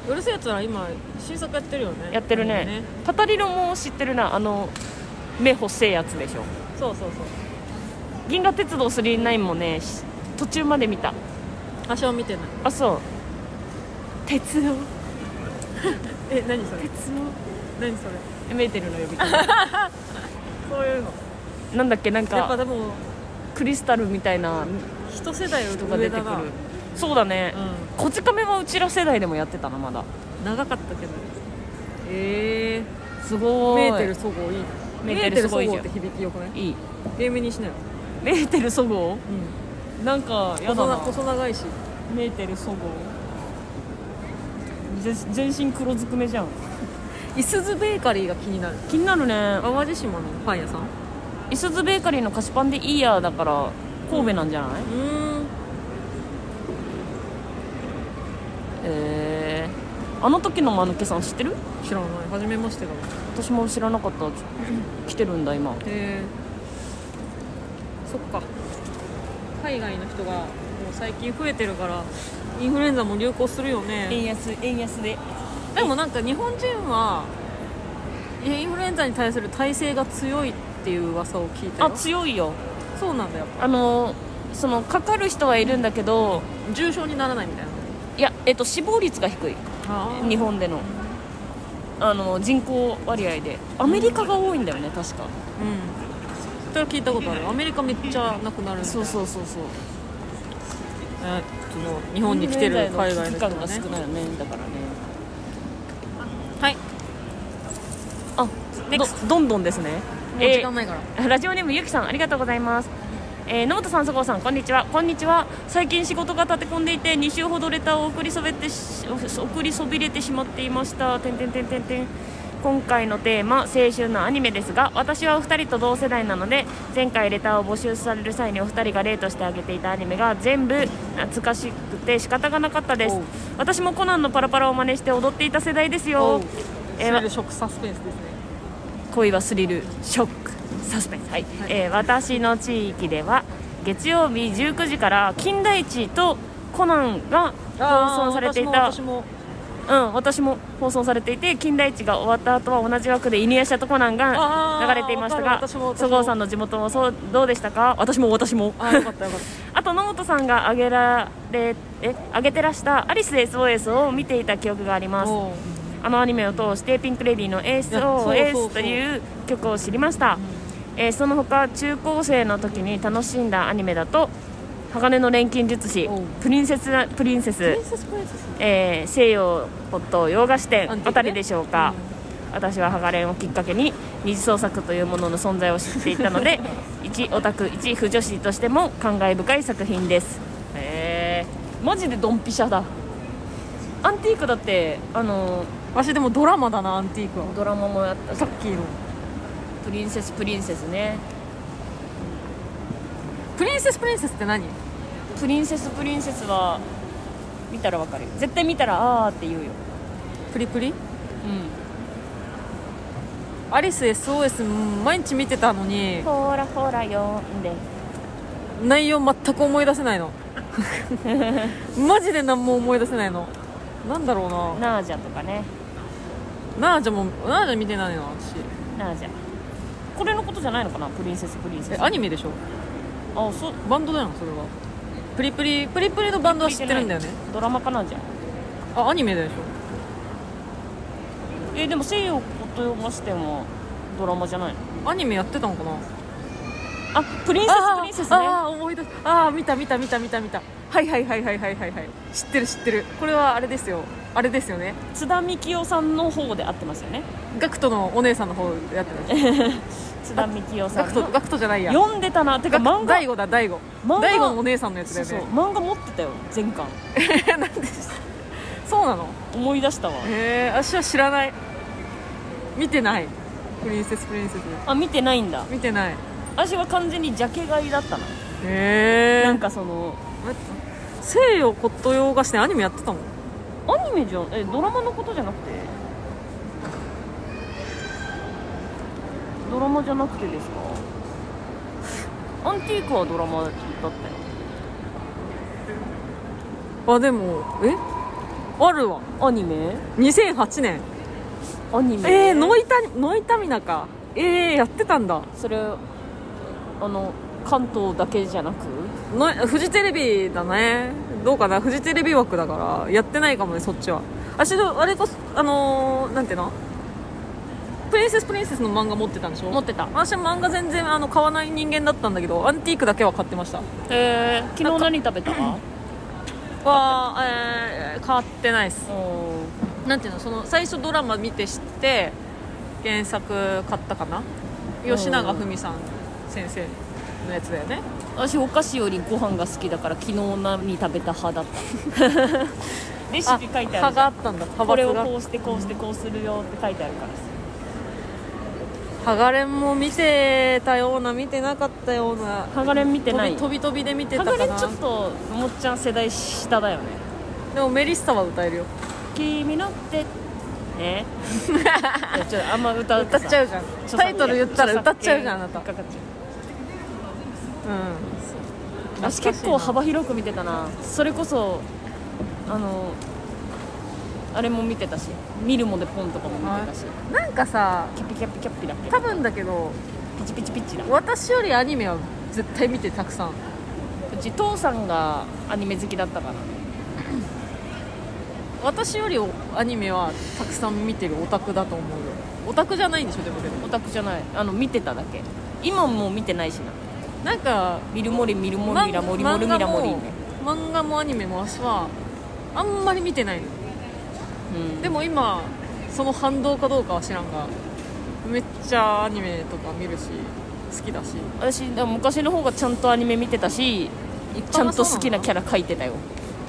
Speaker 1: うるせえやつは今新作やってるよね。
Speaker 2: やってる ね, ねパタリロも知ってるな。あの目細いやつでしょ。
Speaker 1: そうそうそう。
Speaker 2: 銀河鉄道スリーナインもね途中まで見た。
Speaker 1: 足を見てない。
Speaker 2: あそう鉄道
Speaker 1: え何それ。
Speaker 2: 鉄道
Speaker 1: 何それ。
Speaker 2: メーテルの呼び方
Speaker 1: そういうの
Speaker 2: なんだっけなんか
Speaker 1: やっぱでも
Speaker 2: クリスタルみたいな
Speaker 1: 一世代
Speaker 2: 人が出てくる。そうだね、うん、こち亀はうちら世代でもやってたな。まだ
Speaker 1: 長かったけど。え
Speaker 2: ー、すごい。
Speaker 1: メーテルそごういい。
Speaker 2: メーテルそごう
Speaker 1: って響きよくない？
Speaker 2: いい。
Speaker 1: ゲームにしなよ。
Speaker 2: メーテルそごう、うん、なんかやだな。
Speaker 1: 細長いし。
Speaker 2: メーテルそごう全身黒ずくめじゃん。
Speaker 1: いすゞベーカリーが気になる。
Speaker 2: 気になるね。
Speaker 1: 淡路島のパン屋さん。
Speaker 2: いすゞベーカリーの菓子パンでいいやだから神戸なんじゃない？うん。えー、あの時のマヌケさん知ってる？
Speaker 1: 知らない。初めましてだ。
Speaker 2: 私も知らなかった。来てるんだ今。へ
Speaker 1: え。そっか。海外の人がもう最近増えてるからインフルエンザも流行するよね。
Speaker 2: 円安円安で。
Speaker 1: でもなんか日本人はインフルエンザに対する耐性が強いっていう噂を聞いたよ。
Speaker 2: あ、強いよ。
Speaker 1: そうなんだよ。
Speaker 2: あのそのかかる人はいるんだけど
Speaker 1: 重症にならないみたいな。
Speaker 2: いや、えっと、死亡率が低い。日本でのあの人口割合でアメリカが多いんだよね確か。うん。それ聞いたことある。アメリカめっちゃなくなる。 そうそうそうそう。
Speaker 1: えその日本に来てる海外の人はね。
Speaker 2: が少ないよね。だからね。
Speaker 1: はい。
Speaker 2: あ、ど, どんどんですね。も
Speaker 1: う時間ないから、
Speaker 2: えー、ラジオネームゆきさんありがとうございます。えー、野本さん、そごうさん、こんにちは。こんにちは。最近仕事が立て込んでいてに週ほどレターを送りそべって送りそびれてしまっていました。てんてんてんてんてん。今回のテーマ青春のアニメですが、私はお二人と同世代なので前回レターを募集される際にお二人が例として挙げていたアニメが全部懐かしくて仕方がなかったです。私もコナンのパラパラを真似して踊っていた世代ですよ。
Speaker 1: スリルショックサスペンスですね。
Speaker 2: 恋はスリルショックサスペンス、はいはい。えー、私の地域では月曜日じゅうくじから金田一とコナンが放送されていた。
Speaker 1: 私も
Speaker 2: うん、私も放送されていて金田一が終わった後は同じ枠で犬夜叉とコナンが流れていましたが、そごうさんの地元もそうどうでしたか？私も私も。
Speaker 1: あ、よかったよかった
Speaker 2: あと野本さんが挙げられえ挙げてらしたアリス エスオーエス を見ていた記憶があります。あのアニメを通してピンクレディの エスオーエス という曲を知りました。えー、その他中高生の時に楽しんだアニメだと鋼の錬金術師、プリンセスプリンセス、えー、西洋ポット洋菓子店あたりでしょうか。うん、私は鋼をきっかけに二次創作というものの存在を知っていたので一オタク一腐女子としても感慨深い作品です。へー、マジでドンピシャだ。アンティークだってあのー、
Speaker 1: 私でもドラマだな。アンティークは
Speaker 2: ドラマもやった。
Speaker 1: さっきの
Speaker 2: プリンセスプリンセスね。
Speaker 1: プリンセスプリンセスって何？
Speaker 2: プリンセスプリンセスは見たらわかるよ。絶対見たらあーって言うよ。
Speaker 1: プリプリ？うん。
Speaker 2: ア
Speaker 1: アリス エスオーエス 毎日見てたのに、
Speaker 2: ほらほら読んで
Speaker 1: 内容全く思い出せないのマジで何も思い出せないの。なんだろうな。
Speaker 2: ナージャとかね。
Speaker 1: ナージャもナージャ見てないの私。
Speaker 2: ナージャこれのことじゃないのかな。プリンセスプリンセス
Speaker 1: えアニメでしょ。
Speaker 2: あ、そう
Speaker 1: バンドだよそれは。プリプリプリプリのバンドは知ってるんだよね。
Speaker 2: ドラマかなんじゃん。
Speaker 1: あ、アニメでしょ。
Speaker 2: えー、でも西洋と呼ばしてもドラマじゃないの？
Speaker 1: アニメやってたのかな。
Speaker 2: あ、プリンセスプリンセスね。
Speaker 1: ああ思い出す。ああ見た見た見た見た見た。はいはいはいはいはいはいはい。知ってる知ってる。これはあれですよ。あれですよね。
Speaker 2: 津田幹夫さんの方で合ってますよね。
Speaker 1: ガクトのお姉さんの方でやってます
Speaker 2: 津田幹夫さんの。
Speaker 1: ガクトガクトじゃないや。
Speaker 2: 読んでたな。てか漫画。
Speaker 1: 大悟だ大悟。大悟のお姉さんのやつだよね。
Speaker 2: そうそう漫画持ってたよ全巻。
Speaker 1: なんでそうなの？
Speaker 2: 思い出したわ。
Speaker 1: へえ、私は知らない。見てない。プリンセスプリンセス。
Speaker 2: あ、見てないんだ。
Speaker 1: 見てない。
Speaker 2: 私は完全にジャケ買いだったな。
Speaker 1: へえ。
Speaker 2: なんかその
Speaker 1: 西洋骨董洋菓子店アニメやってたの？
Speaker 2: アニメじゃん。えドラマのことじゃなくてドラマじゃなくてですか？アンティークはドラマだったよ。
Speaker 1: あ、でもえあるわ。
Speaker 2: アニメ
Speaker 1: にせんはちねん
Speaker 2: アニメ。
Speaker 1: えー、ノイタノイタミナか。えー、やってたんだ。
Speaker 2: それあの関東だけじゃなく
Speaker 1: のフジテレビだね。どうかな。フジテレビ枠だからやってないかもねそっちは。私のあれこそあのー、なんていうのプリンセスプリンセスの漫画持ってたんでしょ。
Speaker 2: 持ってた。
Speaker 1: 私は漫画全然あの買わない人間だったんだけど、アンティークだけは買ってました。
Speaker 2: えー、昨日何食べた？
Speaker 1: は、えー、買ってないです。なんていうの、その最初ドラマ見て知って原作買ったかな。吉永文さん先生のやつだよね。
Speaker 2: 私お菓子よりご飯が好きだから昨日何食べた派だったレシピ書いてあるじゃん。
Speaker 1: 派があったんだ。
Speaker 2: これをこうしてこうしてこうするよって書いてあるからさ。
Speaker 1: ハガレンも見てたような見てなかったような。
Speaker 2: ハガレン見てない。
Speaker 1: 飛び飛びで見てたかな。
Speaker 2: ハガレンちょっともっちゃん世代下だよね。
Speaker 1: でもメリッサは歌えるよ。
Speaker 2: 君のってねいやちょっとあんま歌う
Speaker 1: 歌っちゃうじゃん。タイトル言ったら歌っちゃうじゃんあなた。
Speaker 2: かかっちゃう。
Speaker 1: うん。
Speaker 2: 私結構幅広く見てたな。それこそあのあれも見てたし、見るもでポンとかも見てたし。
Speaker 1: なんかさ、
Speaker 2: キャピキャピキャピだっけ。
Speaker 1: 多分だけど
Speaker 2: ピチピチピチだ。
Speaker 1: 私よりアニメは絶対見てたくさん。
Speaker 2: うち父さんがアニメ好きだったから。
Speaker 1: 私よりアニメはたくさん見てるオタクだと思うよ。オタクじゃないんでしょでもでも。
Speaker 2: オタクじゃない。あの見てただけ。今もう見てないしな。
Speaker 1: なんか
Speaker 2: ミルモリミルモリミラモリモルミラモリね。
Speaker 1: 漫画もアニメも私はあんまり見てないの。うん、でも今その反動かどうかは知らんがめっちゃアニメとか見るし好きだし。
Speaker 2: 私昔の方がちゃんとアニメ見てたし、ちゃんと好きなキャラ描いてたよ。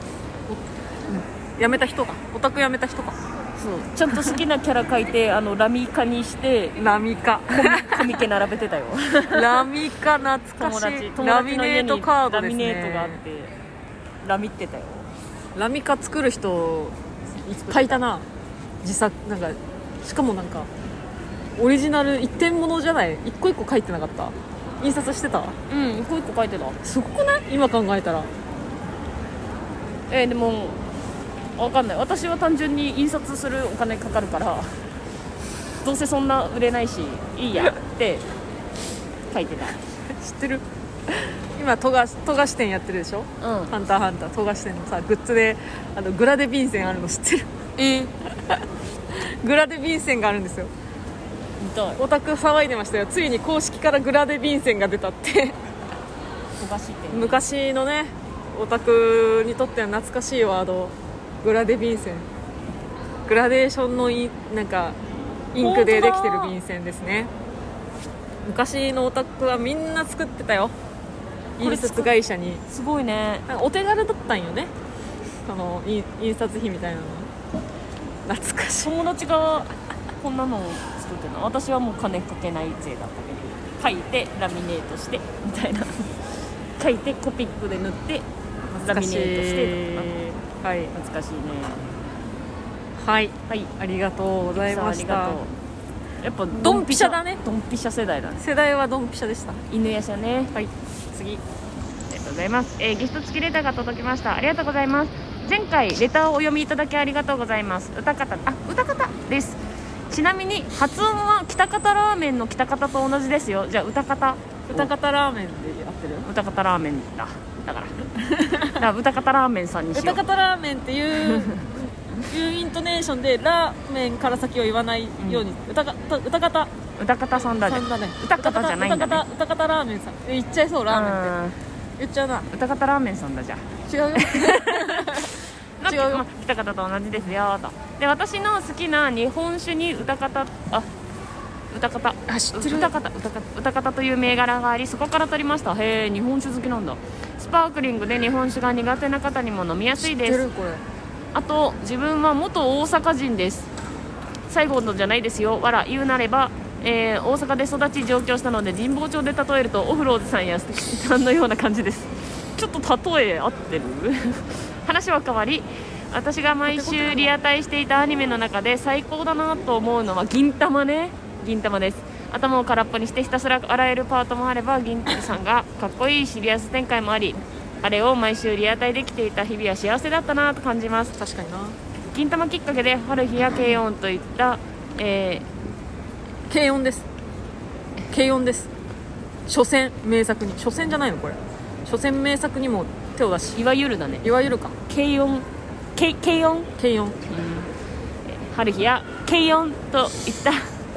Speaker 1: やめた人がオタクやめた人か。
Speaker 2: そうちゃんと好きなキャラ描いてあのラミカにして
Speaker 1: ラミカ
Speaker 2: コミ、コミケ並べてたよ
Speaker 1: ラミカ懐かしい。
Speaker 2: 友達友
Speaker 1: ラ
Speaker 2: 達の家に
Speaker 1: ミネートカードですね。
Speaker 2: ラミネートがあってラミってたよ。
Speaker 1: ラミカ作る人いっぱいいたな。自作なんかしかもなんかオリジナル一点物じゃない。一個一個書いてなかった。印刷してた。
Speaker 2: うん一個一個書いてた。
Speaker 1: すごくない今考えたら。
Speaker 2: えー、でもわかんない。私は単純に印刷するお金かかるからどうせそんな売れないしいいやって書いてた
Speaker 1: 知ってる今富樫富樫店やってるでしょ、うん、ハンターハンター富樫店のさグッズであのグラデ便箋あるの知ってる？
Speaker 2: えー、
Speaker 1: グラデ便箋があるんですよ。
Speaker 2: 見たい。
Speaker 1: オタク騒いでましたよ。ついに公式からグラデ便箋が出たって
Speaker 2: 富樫店
Speaker 1: 昔のねオタクにとっては懐かしいワード。グラデ便箋、グラデーションのインなんかインクでできてる便箋ですね。昔のオタクはみんな作ってたよ。印刷会社に。
Speaker 2: すごいね。
Speaker 1: お手軽だったんよね、その印刷費みたいなの。懐かしい。
Speaker 2: 友達がこんなのを作ってるの。私はもう金かけない税だったけど、書いてラミネートしてみたいな書いてコピックで塗ってラミネートしてとか。はい、懐かしいね。
Speaker 1: はい、はい、ありがとうございました。や
Speaker 2: っぱ
Speaker 1: ドンピシャだね。
Speaker 2: ドンピシャ世代だね。
Speaker 1: 世代はドンピシャでした。
Speaker 2: 犬やしゃね。
Speaker 1: はい、次。
Speaker 2: ありがとうございます。えー、ギフト付きレターが届きました。ありがとうございます。前回レターをお読みいただきありがとうございます。歌方、あ、歌方です。ちなみに発音は北方ラーメンの北方と同じですよ。じゃあ歌方。
Speaker 1: 歌方ラーメンでやってる。
Speaker 2: 歌方ラーメンだ。だからだから歌方ラーメンさんにしよう。
Speaker 1: 歌方ラーメンっていういうイントネーションでラーメンから先を言わないように、うん、歌方歌方
Speaker 2: 歌方さんだね。歌方じゃないんだね。
Speaker 1: 歌方ラーメンさん言っちゃいそう。ラーメンって言っちゃうな。
Speaker 2: 歌方ラーメンさんだ。じゃあ
Speaker 1: 違うよ違うよ、
Speaker 2: まあ、北方と同じですよと。で私の好きな日本酒に歌方あ歌方
Speaker 1: あ知ってる。
Speaker 2: 歌方歌方歌方という銘柄がありそこから取りました。へえ日本酒好きなんだ。スパークリングで日本酒が苦手な方にも飲みやすいです。
Speaker 1: これ
Speaker 2: あと自分は元大阪人です。最後のじゃないですよ。わら言うなれば、えー、大阪で育ち上京したので神保町で例えるとオフローズさんや鈴木さんのような感じです。ちょっと例え合ってる話は変わり、私が毎週リアタイしていたアニメの中で最高だなと思うのは銀玉ね。銀玉です。頭を空っぽにしてひたすら洗えるパートもあれば銀さんがかっこいいシリアス展開もあり、あれを毎週リアタイできていた日々は幸せだったなと感じます。
Speaker 1: 確かにな。
Speaker 2: 銀玉きっかけで春日や軽音といった、え
Speaker 1: ー、軽音です軽音です初戦名作に初戦じゃないのこれ初戦名作にも手を出し、
Speaker 2: いわゆるだね。
Speaker 1: いわゆるか
Speaker 2: 軽音軽音
Speaker 1: 軽音、うん、
Speaker 2: 春日や軽音といった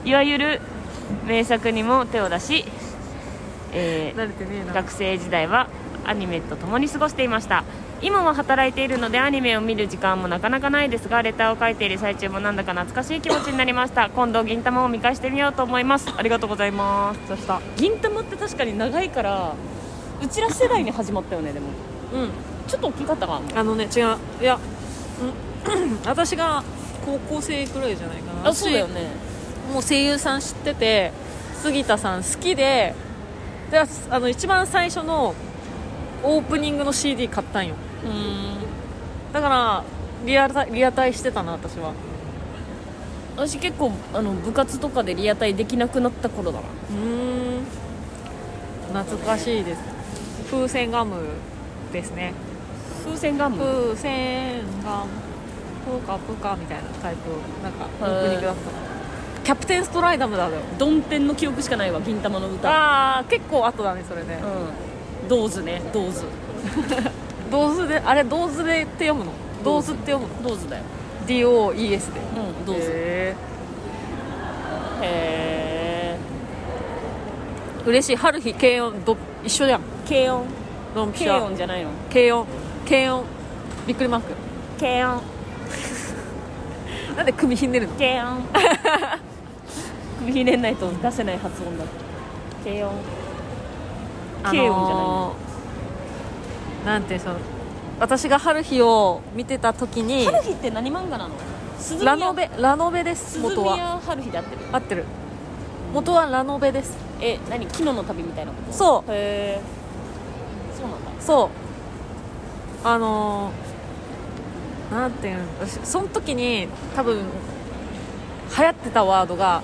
Speaker 2: いわゆる名作にも手を出し、えー、
Speaker 1: 慣れてねえな。
Speaker 2: 学生時代はアニメと共に過ごしていました。今は働いているのでアニメを見る時間もなかなかないですが、レターを書いている最中もなんだか懐かしい気持ちになりました。今度銀魂を見返してみようと思います。ありがとうございます。そした銀魂って確かに長いからうちら世代に始まったよね。でも
Speaker 1: うん
Speaker 2: ちょっと大きかったか
Speaker 1: あのね違ういや、うん、私が高校生くらいじゃないかな。
Speaker 2: あ、そうだよね。
Speaker 1: もう声優さん知ってて杉田さん好きで、であの一番最初のオープニングの シーディー 買ったんよ。
Speaker 2: うーん
Speaker 1: だからリアタイリアタイしてたな私は。
Speaker 2: 私結構あの部活とかでリアタイできなくなった頃だな。
Speaker 1: うーん懐かしいです。風船ガムですね。
Speaker 2: 風船ガム
Speaker 1: 風船ガムプカプカみたいなタイプなんかオープニングだった。キャプテンストライダムだよ。
Speaker 2: ドンテンの記憶しかないわ、銀魂の歌。
Speaker 1: ああ結構後だねそれね。
Speaker 2: うんドーズね、ドーズ
Speaker 1: ドーズであれドーズでって読むの？ドーズって読むの？
Speaker 2: ドーズだよ。
Speaker 1: ディーオーイーエス で。
Speaker 2: うんドーズ。
Speaker 1: へ
Speaker 2: へえ。
Speaker 1: ー嬉しい。春日軽音ど一緒じゃん。
Speaker 2: 軽音
Speaker 1: ドンピシ
Speaker 2: 軽
Speaker 1: ャ
Speaker 2: 音じゃないの？
Speaker 1: 軽音軽音びっくりマーク。
Speaker 2: 軽音
Speaker 1: なんで首ひねるの？
Speaker 2: 軽音首ひねんないと出せない発音だ。軽音
Speaker 1: あのー
Speaker 2: 軽音じゃないの？
Speaker 1: なんてその私が春日を見てた時に
Speaker 2: 春日って何漫画なの？鈴宮
Speaker 1: ラノベラノベです。
Speaker 2: 鈴
Speaker 1: 元は
Speaker 2: 宮春日で合ってる？
Speaker 1: 合ってる。元はラノベです。
Speaker 2: え、何？昨日の旅みたいなこと？
Speaker 1: そう
Speaker 2: へえ。そうなんだ。
Speaker 1: そうあのー、なんていうの私その時に多分流行ってたワードが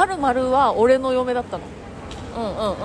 Speaker 1: 〇〇は俺の嫁だったの。
Speaker 2: うんうんうんうん。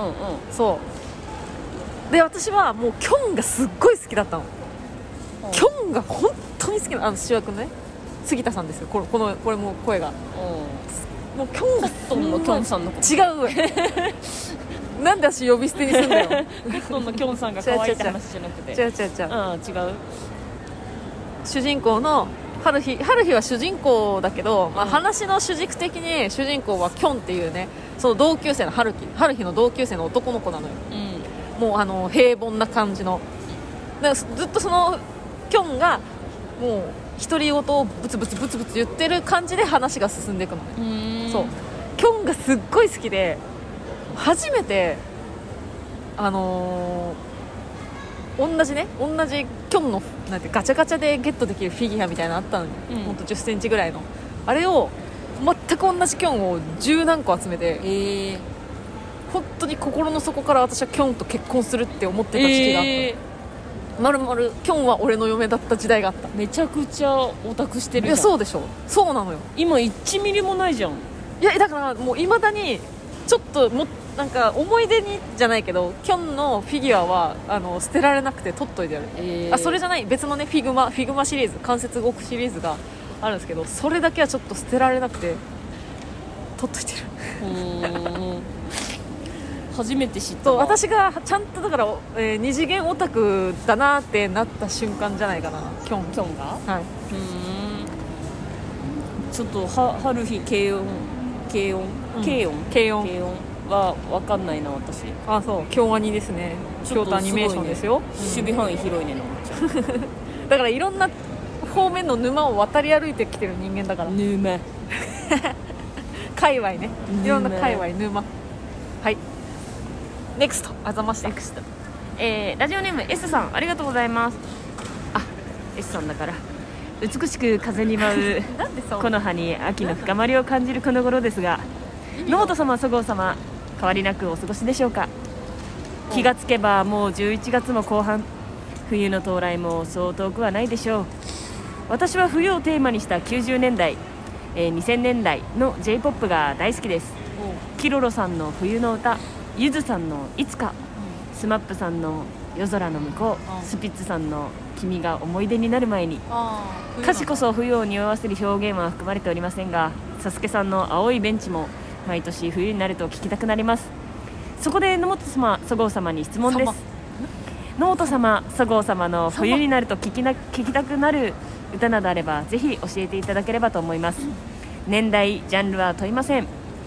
Speaker 1: そうで私はもうキョンがすっごい好きだったの。
Speaker 2: うん
Speaker 1: キョンが本当に好きなあの主役のね杉田さんですよ。これこのこれも声がもうキョンが
Speaker 2: コットンのキョンさんのこと
Speaker 1: 違うわなんで私呼び捨てにするんだよ
Speaker 2: コットンのキョンさんが可愛いって話じゃなくて。
Speaker 1: 違う違う違う
Speaker 2: うん違う。
Speaker 1: 主人公の春日春日は主人公だけど、まあ、
Speaker 2: うん
Speaker 1: 話の主軸的に主人公はキョンっていうねその同級生の春日春日の同級生の男の子なのよ。
Speaker 2: うん
Speaker 1: もうあの平凡な感じのだからずっとそのキョンがもう独り言をブツブツブツブツ言ってる感じで話が進んでいくのね。
Speaker 2: うーん
Speaker 1: そうキョンがすっごい好きで初めてあのー、同じね同じキョンのなんてガチャガチャでゲットできるフィギュアみたいなのあったのに、
Speaker 2: うん
Speaker 1: ほんとじゅっセンチぐらいのあれを全く同じキョンを十何個集めて
Speaker 2: えー
Speaker 1: 本当に心の底から私はキョンと結婚するって思ってた時期があった、
Speaker 2: え
Speaker 1: まるまるキョンは俺の嫁だった時代があった。
Speaker 2: ーめちゃくちゃオタクしてるじゃん。
Speaker 1: いやそうでしょそうなのよ。
Speaker 2: 今いちミリもないじゃん。
Speaker 1: いやだからもういまだにちょっともなんか思い出にじゃないけどキョンのフィギュアはあの捨てられなくて取っといてある、
Speaker 2: えー
Speaker 1: あそれじゃない別のねフィグマフィグマシリーズ関節動くシリーズがあるんですけどそれだけはちょっと捨てられなくて取っといてる
Speaker 2: うーん初めて知った
Speaker 1: そう
Speaker 2: わ。
Speaker 1: 私がちゃんとだから、えー二次元オタクだなってなった瞬間じゃないかなキョン
Speaker 2: キョンが
Speaker 1: はいう
Speaker 2: ーんちょっとは春日軽音軽音
Speaker 1: うん
Speaker 2: 軽音
Speaker 1: 軽音
Speaker 2: 軽音は分かんないな私。
Speaker 1: あそう京アニですね京都アニメーションですよ、
Speaker 2: 守備範囲広いねなおっちゃん。
Speaker 1: だからいろんな方面の沼を渡り歩いてきてる人間だから
Speaker 2: 沼
Speaker 1: 界隈ね
Speaker 2: 沼
Speaker 1: いろんな界隈沼はいネクストあざました
Speaker 2: ネクスト、えー、ラジオネーム S さんありがとうございます。あ S さんだから美しく風に舞う
Speaker 1: なんでそう
Speaker 2: 木の葉に秋の深まりを感じるこの頃ですが、野本様そごう様変わりなくお過ごしでしょうか。気がつけばもうじゅういちがつも後半、冬の到来もそう遠くはないでしょう。私は冬をテーマにしたきゅうじゅうねんだい、えー、にせんねんだいの J-ポップ が大好きです。キロロさんの冬の歌、ゆずさんのいつか、スマップさんの夜空の向こう、
Speaker 1: うん
Speaker 2: スピッツさんの君が思い出になる前に。
Speaker 1: あー
Speaker 2: 歌詞こそ冬を匂わせる表現は含まれておりませんが、サスケさんの青いベンチも毎年冬になると聴きたくなります。そこで野本様そごう様に質問です。野本様そごう様の冬になると聴きな聴きたくなる歌などあればぜひ教えていただければと思います。年代ジャンルは問いません。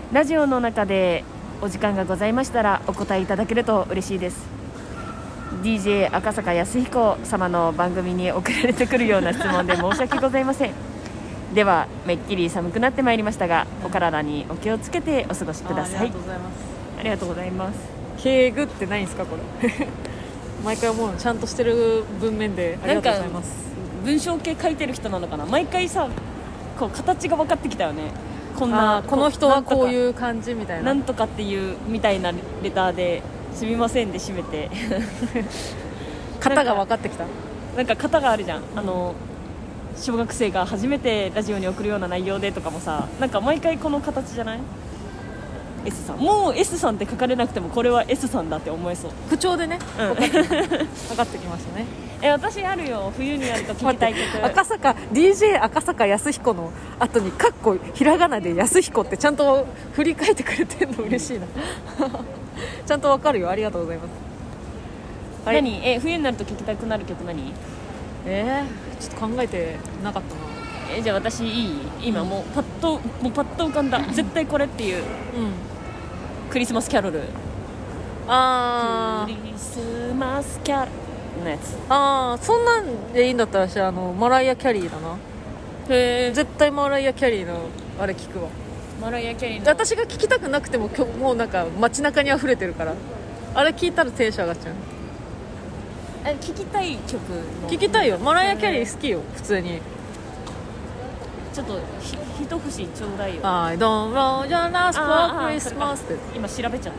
Speaker 2: ラジオの中でお時間がございましたらお答えいただけると嬉しいです。 ディージェー 赤坂康彦様の番組に送られてくるような質問で申し訳ございません。ではめっきり寒くなってまいりましたが、お体にお気をつけてお過ごしください。
Speaker 1: ありがとうございます。
Speaker 2: ありがとうございます。
Speaker 1: 敬具ってないんですかこれ毎回思うの、ちゃんとしてる文面でありがとうございます。
Speaker 2: 文章系書いてる人なのかな。毎回さこう形が分かってきたよね。こんな
Speaker 1: この人はこう
Speaker 2: う
Speaker 1: いう感じみたいな、
Speaker 2: なんとかっていうみたいなレターですみませんで締めて
Speaker 1: 型が分かってきた。
Speaker 2: なんか型があるじゃん。あの小学生が初めてラジオに送るような内容でとかもさ、なんか毎回この形じゃない。 S さん、もう S さんって書かれなくてもこれは S さんだって思えそう。
Speaker 1: 口調でね、
Speaker 2: うん、
Speaker 1: 分かって分かってきましたね。
Speaker 2: え私あるよ、冬にやると聞きたい曲。
Speaker 1: 赤坂 ディージェー 赤坂康彦の後にカッコひらがなで康彦ってちゃんと振り返ってくれてるの嬉しいなちゃんと分かるよ、ありがとうございます。
Speaker 2: 何え冬になると聞きたくなる曲何？
Speaker 1: えー、ちょっと考えてなかったな。
Speaker 2: えじゃあ私いい？今もうパッともうパッと浮かんだ絶対これっていう、
Speaker 1: うん、
Speaker 2: クリスマスキャロル。
Speaker 1: あ
Speaker 2: クリスマスキャロルのやつ。
Speaker 1: あー、そんなんでいいんだったら私あのマライア・キャリーだな。
Speaker 2: へえ。
Speaker 1: 絶対マライア・キャリーのあれ聞くわ。
Speaker 2: マライア・キャリーの。
Speaker 1: 私が聞きたくなくてもきょもうなんか街中に溢れてるから、あれ聞いたらテンション上がっちゃう。
Speaker 2: え聞きたい曲の。
Speaker 1: 聞きたいよ、マライア・キャリー好きよ普通に。
Speaker 2: ちょっとひ一節ちょうだいよ。
Speaker 1: I don't know your last
Speaker 2: あ
Speaker 1: for
Speaker 2: ーあーそれか
Speaker 1: Christmas って。
Speaker 2: 今調べちゃった。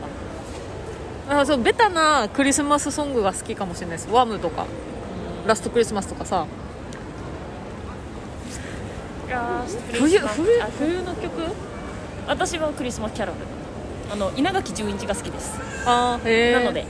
Speaker 1: あ、そうベタなクリスマスソングが好きかもしれないです。ワムとかラストクリスマスとかさ。冬冬冬の曲。
Speaker 2: 私はクリスマスキャロル、あの稲垣潤一が好きです。
Speaker 1: あー、へー。
Speaker 2: なので、はい、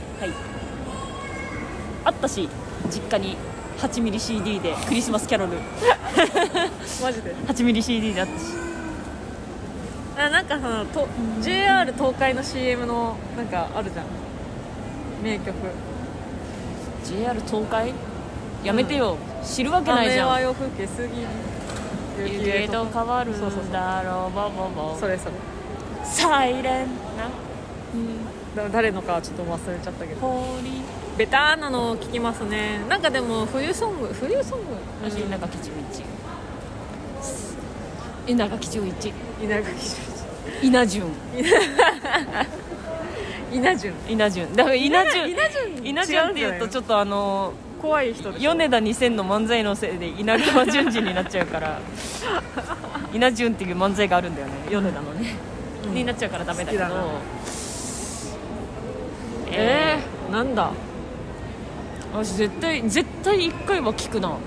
Speaker 2: あったし実家に はちミリシーディー でクリスマスキャロル
Speaker 1: マジで
Speaker 2: はちミリシーディー であったし、
Speaker 1: あ、なんかそのと ジェイアール 東海の シーエム のなんかあるじゃん、名曲。
Speaker 2: ジェイアール 東海やめてよ、うん、知るわけないじゃん。
Speaker 1: 雨は夜更けすぎ
Speaker 2: 雪へと変わるん
Speaker 1: そうそうそう
Speaker 2: だろう、ボボボ
Speaker 1: それそれ、
Speaker 2: サイレンな、
Speaker 1: だ誰のかはちょっと忘れちゃったけど、
Speaker 2: 氷。
Speaker 1: ベターなのを聞きますね。なんかでも冬ソング冬ソング
Speaker 2: 私稲垣潤一、稲垣潤一、
Speaker 1: 稲垣
Speaker 2: 稲潤
Speaker 1: 稲潤
Speaker 2: 稲潤だから稲潤
Speaker 1: 稲潤
Speaker 2: 稲潤って言うとちょっとあの
Speaker 1: 怖い人でしょ。
Speaker 2: 米田にせんの漫才のせいで稲川淳二になっちゃうから稲潤っていう漫才があるんだよね、米田のね、うん、になっちゃうからダメだけど。
Speaker 1: えー、なんだ
Speaker 2: 私絶対絶対いっかいは聞くな。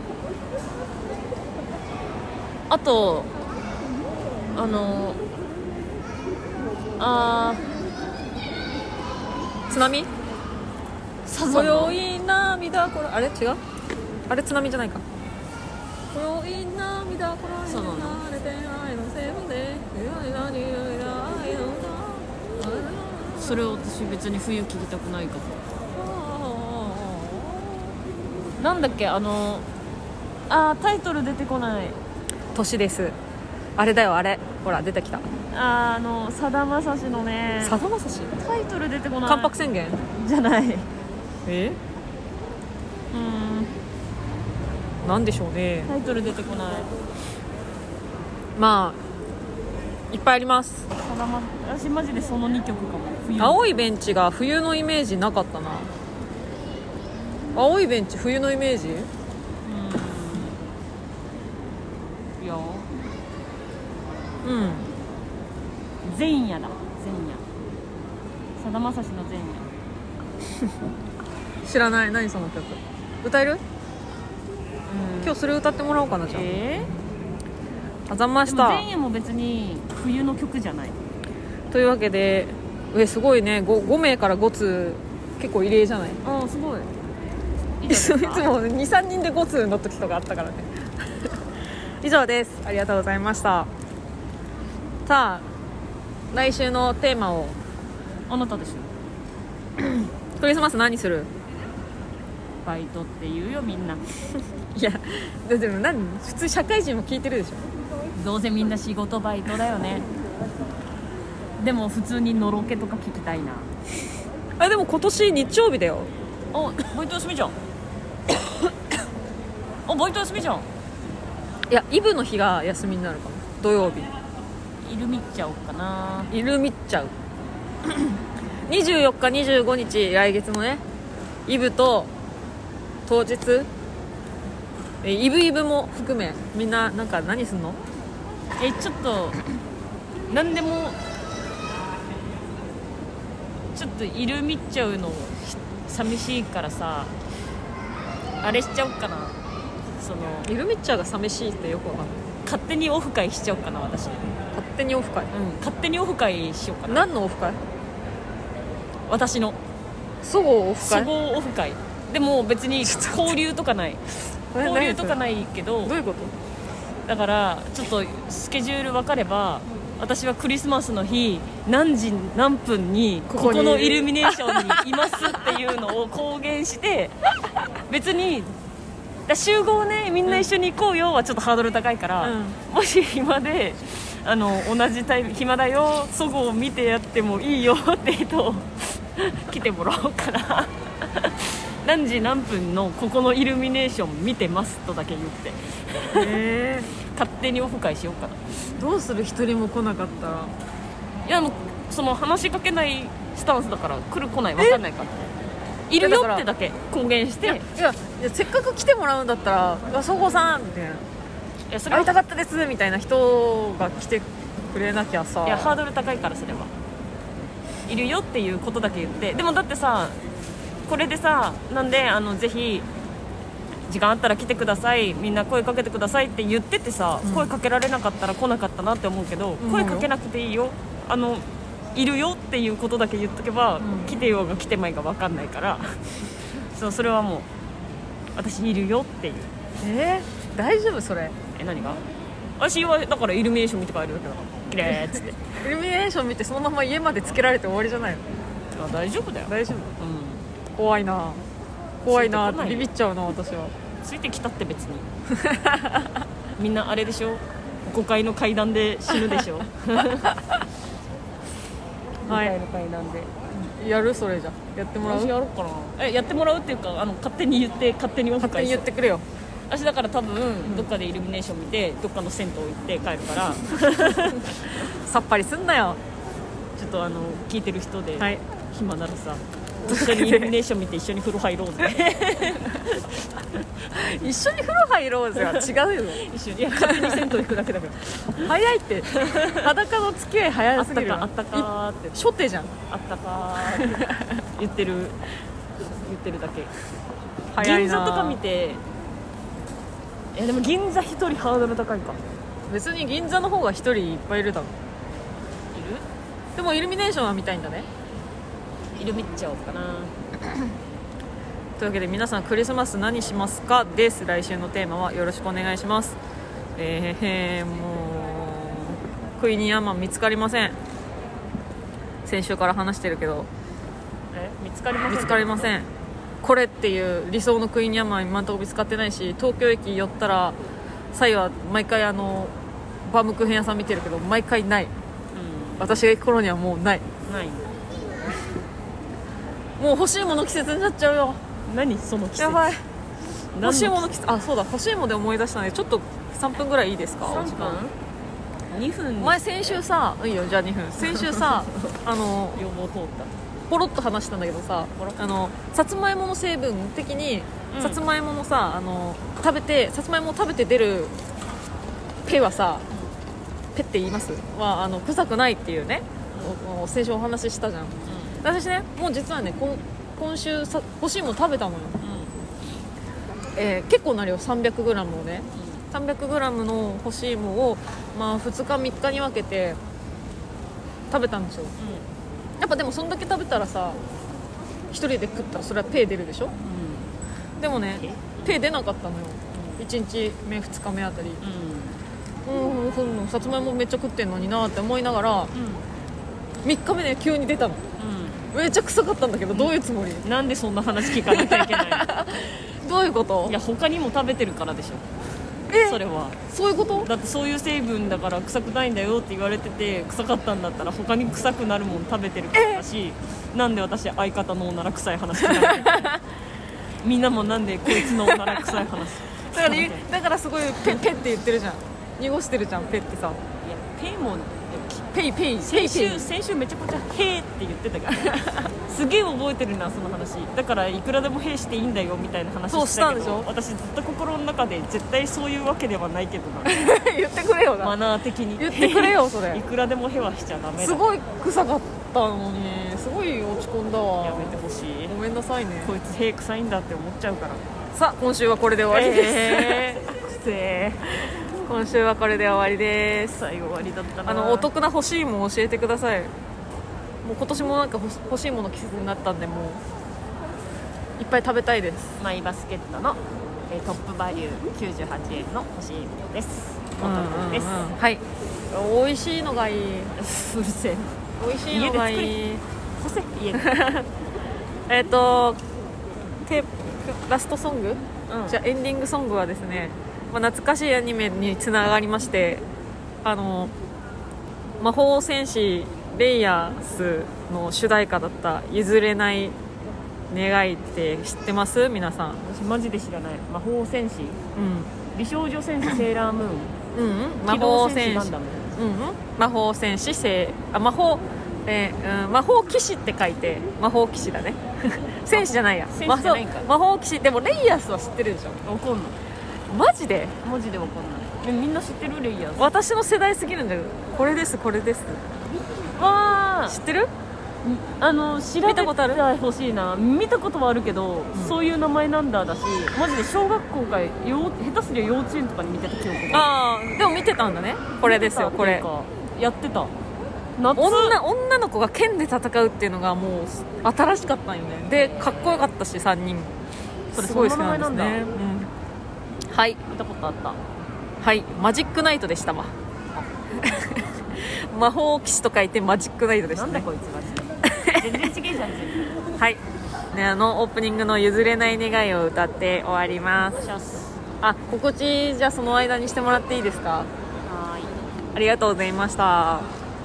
Speaker 2: あとあのあ
Speaker 1: 津波
Speaker 2: サザンの
Speaker 1: 今宵涙これあれ違うあれ津波じゃないか。今宵涙こら
Speaker 2: そうなの。それを私別に冬聞きたくないかも。なんだっけあのあタイトル出てこない。
Speaker 1: 年です。あれだよあれ、ほら出てきた。
Speaker 2: ああのさだまさしのね、
Speaker 1: さだまさし
Speaker 2: タイトル出てこない。
Speaker 1: 関白宣言
Speaker 2: じゃない。
Speaker 1: え
Speaker 2: うん
Speaker 1: なんでしょうね。
Speaker 2: タイトル出てこない。
Speaker 1: まあいっぱいあります。
Speaker 2: さだま私マジでそのにきょくかも。冬
Speaker 1: 青いベンチが冬のイメージなかったな。青いベンチ冬のイメージ。
Speaker 2: うんいや
Speaker 1: うん
Speaker 2: 前夜だ。前夜さだまさしの前夜。
Speaker 1: 知らない。何その曲歌える？
Speaker 2: うん
Speaker 1: 今日それ歌ってもらおうかな。じゃあ、
Speaker 2: え
Speaker 1: あざまし
Speaker 2: ー、でも
Speaker 1: た。
Speaker 2: 前夜も別に冬の曲じゃない。
Speaker 1: というわけでえすごいね 5, 5名からご通結構異例じゃない？
Speaker 2: ああすごい。いい
Speaker 1: いつ
Speaker 2: じゃないですか
Speaker 1: も にさんにんでご通の時とかあったからね以上です。ありがとうございました。さあ来週のテーマを。
Speaker 2: あなたですよ。
Speaker 1: クリスマス何する？
Speaker 2: バイトって言うよみんな。
Speaker 1: いやでも何普通社会人も聞いてるでしょ。
Speaker 2: どうせみんな仕事バイトだよね。 でも普通にのろけとか聞きたいな。
Speaker 1: あでも今年日曜日だよ。
Speaker 2: おバイト休みじゃんおバイト休みじゃん。
Speaker 1: いやイブの日が休みになるかも。土曜日
Speaker 2: イルミっちゃおうかな。
Speaker 1: イルミっちゃうにじゅうよっかにじゅうごにち来月のねイブと当日えイブイブも含めみんななんか何すんの？
Speaker 2: えちょっと何でもちょっとイルミっちゃうの寂しいからさあれしちゃおうかな。その
Speaker 1: イルミっちゃうが寂しいってよくわかんない。
Speaker 2: 勝手にオフ会しちゃおうかな私。
Speaker 1: 勝手にオフ会、
Speaker 2: うん、勝手にオフ会しようかな。
Speaker 1: 何のオフ会？
Speaker 2: 私の
Speaker 1: そごうオフ
Speaker 2: そ
Speaker 1: 会。
Speaker 2: ごうオフ会でも別に交流とかない
Speaker 1: え
Speaker 2: 交流とかないけど
Speaker 1: どういうこと？
Speaker 2: だからちょっとスケジュール分かれば私はクリスマスの日何時何分にここのイルミネーションにいますっていうのを公言して別にだ集合ねみんな一緒に行こうよはちょっとハードル高いから、うん、もし暇であの同じタイム暇だよそごう見てやってもいいよって人来てもらおうかな何時何分のここのイルミネーション見てますとだけ言って
Speaker 1: へ
Speaker 2: 勝手にオフ会しようかな。
Speaker 1: どうする一人も来なかったら。
Speaker 2: いやもうその話しかけないスタンスだから来る来ない分かんないからいるよってだけ公言して。いや
Speaker 1: いやいやせっかく来てもらうんだったらそごさんみたいな、いやそれ会いたかったですみたいな人が来てくれなきゃさ。
Speaker 2: いやハードル高いからそれはいるよっていうことだけ言って。でもだってさこれでさなんであのぜひ時間あったら来てくださいみんな声かけてくださいって言っててさ、うん、声かけられなかったら来なかったなって思うけど、うん、声かけなくていいよあのいるよっていうことだけ言っとけば、うん、来てようが来てまいが分かんないからそうそれはもう私いるよっていう。
Speaker 1: えー、大丈夫それ？
Speaker 2: え何が？私はだからイルミネーション見て帰るだけだからキレーっつって
Speaker 1: イルミネーション見てそのまま家までつけられて終わりじゃないの？
Speaker 2: あ大丈夫だよ。
Speaker 1: 大丈夫、うん、怖いな怖いなビビっちゃうな私は。
Speaker 2: ついてきたって別にみんなあれでしょごかいの階段で死ぬでしょごかいの階段で
Speaker 1: やるそれじゃやってもらう。
Speaker 2: 私やろうかな。えやってもらうっていうかあの勝手に言って勝手にオフ会
Speaker 1: 勝手に言ってくれよ。
Speaker 2: 私だから多分、うん、どっかでイルミネーション見てどっかの銭湯行って帰るから
Speaker 1: さっぱりすんなよ。
Speaker 2: ちょっとあの聞いてる人で、
Speaker 1: はい、
Speaker 2: 暇ならさ一緒にイルミネーション見て一緒に風呂入ろうぜ
Speaker 1: 一緒に風呂入ろうぜは違うよ
Speaker 2: 一緒にいや勝手に銭湯行くだけだから
Speaker 1: 早いって裸の付き合い早すぎる。
Speaker 2: あったかあったかーって
Speaker 1: 初手じゃん。
Speaker 2: あったかーって言ってる言ってるだけ。
Speaker 1: 早いな。
Speaker 2: 銀座とか見ていやでも銀座一人ハードル高いか。
Speaker 1: 別に銀座の方が一人いっぱいいるだろ。いる？でもイルミネーションは見たいんだね。
Speaker 2: イルミっちゃおうかな
Speaker 1: というわけで皆さんクリスマス何しますかです。来週のテーマはよろしくお願いします。えー、へーもうクイニーアマン見つかりません。先週から話してるけど
Speaker 2: え見つかりません。
Speaker 1: 見つかりません。これっていう理想のクイニーアマン今のところ見つかってないし、東京駅寄ったらサイは毎回あのバームクーヘン屋さん見てるけど毎回ない、うん、私が行く頃にはもうない
Speaker 2: ない
Speaker 1: もう欲しいもの季節になっちゃうよ。
Speaker 2: 何その季節。
Speaker 1: やばい欲しいもの季節。あそうだ欲しいもので思い出したのでちょっとさんぷんぐらいいいですか。
Speaker 2: さんぷんにふん。
Speaker 1: 前先週さいいよじゃあにふん先週さあの
Speaker 2: 要望通った
Speaker 1: ポロッと話したんだけどさあのさつまいもの成分的に、うん、さつまいものさあの食べてさつまいもを食べて出るペはさ、うん、ペって言いますはあの臭くないっていうね、うん、先週お話ししたじゃん、うん、私ねもう実はね今今週さ干し芋食べたのよ、うんえー、結構な量 さんびゃくグラム をね、うん、さんびゃくグラム の干し芋を、まあ、ふつかみっかに分けて食べたんですよ、うん、やっぱでもそんだけ食べたらさ一人で食ったらそれはペー出るでしょ、うん、でもねペー出なかったのよ、うん、いちにちめふつかめあたり、うん、うん、さつまいもめっちゃ食ってんのになって思いながら、うん、みっかめで急に出たの、うん、めっちゃ臭かったんだけど、うん、どういうつもり。
Speaker 2: なんでそんな話聞かなきゃいけない
Speaker 1: どういうこと。
Speaker 2: いや他にも食べてるからでしょ。 えそれは
Speaker 1: そういうこと？
Speaker 2: だってそういう成分だから臭くないんだよって言われてて、臭かったんだったら他に臭くなるもん食べてるからだし、なんで私相方のおなら臭い話しないみんなもなんでこいつのおなら臭い話
Speaker 1: だから、だからすごいペペって言ってるじゃん。濁してるじゃんペってさ。いや
Speaker 2: ペイも
Speaker 1: ペイペイ
Speaker 2: 先週先週めちゃくちゃ「へー」って言ってたけどすげえ覚えてるなその話。だからいくらでも「へー」していいんだよみたいな話してたけど、私ずっと心の中で絶対そういうわけではないけどな
Speaker 1: 言ってくれよな、
Speaker 2: マナー的に
Speaker 1: 言ってくれよそれ
Speaker 2: いくらでも「へ」はしちゃダメだ。
Speaker 1: すごい臭かったのにすごい落ち込んだわ。
Speaker 2: やめてほしい。
Speaker 1: ごめんなさいね。
Speaker 2: こいつ「へー」臭いんだって思っちゃうから。
Speaker 1: さあ今週はこれで終わりです、
Speaker 2: えー、くせえ
Speaker 1: 今週はこれで終わりです。
Speaker 2: 最後終わりだったな。
Speaker 1: あのお得な欲しいもの教えてください。もう今年もなんか欲しいもの季節になったんで、もういっぱい食べたいです。
Speaker 2: マイバスケットの、えー、トップバリューきゅうじゅうはちえんの欲しいものです。お得です、うんうんうん、
Speaker 1: はい。美味しいのがいい。う
Speaker 2: るせえ。
Speaker 1: 美味しいのがいい。
Speaker 2: 干せ家で
Speaker 1: えっとテラストソング、
Speaker 2: うん、
Speaker 1: じゃあエンディングソングはですね、まあ、懐かしいアニメにつながりまして、あの魔法戦士レイヤースの主題歌だった譲れない願いって知ってます皆さん？
Speaker 2: 私マジで知らない。魔法戦士、うん、美少女戦士セーラームーン、
Speaker 1: うん、魔法戦士
Speaker 2: ガンダム、
Speaker 1: うん、魔法戦士セーあ魔法えーうん、魔法騎士って書いて魔法騎士だね戦士じゃないや、
Speaker 2: 戦士じゃないんか。
Speaker 1: 魔法騎士。でもレイヤースは知ってるでしょ。
Speaker 2: わかんない。
Speaker 1: マジで
Speaker 2: マジでわかんない。えみんな知ってるレイヤース？
Speaker 1: 私の世代すぎるんだけど、これですこれです。
Speaker 2: わー、
Speaker 1: 知ってる？
Speaker 2: あの調べ
Speaker 1: 見たことある？
Speaker 2: 欲しいな。見たことはあるけど、うん、そういう名前なんだだし、マジで小学校かよ下手すりゃ幼稚園とかに見てた記憶が。
Speaker 1: ああ、でも見てたんだね。これですよこれ。
Speaker 2: やってた。
Speaker 1: 女, 女の子が剣で戦うっていうのがもう新しかったんよね。でかっこよかったしさんにんそれすごい好きなんですね、うん、はい
Speaker 2: 見たことあった。
Speaker 1: はいマジックナイトでしたわ魔法騎士と書いてマジックナイトでしたね。
Speaker 2: なんだこいつマジで全然違えじゃん
Speaker 1: はいね、あのオープニングの譲れない願いを歌って終わります。あ、心地じゃあその間にしてもらっていいですか？
Speaker 2: はい
Speaker 1: ありがとうございました。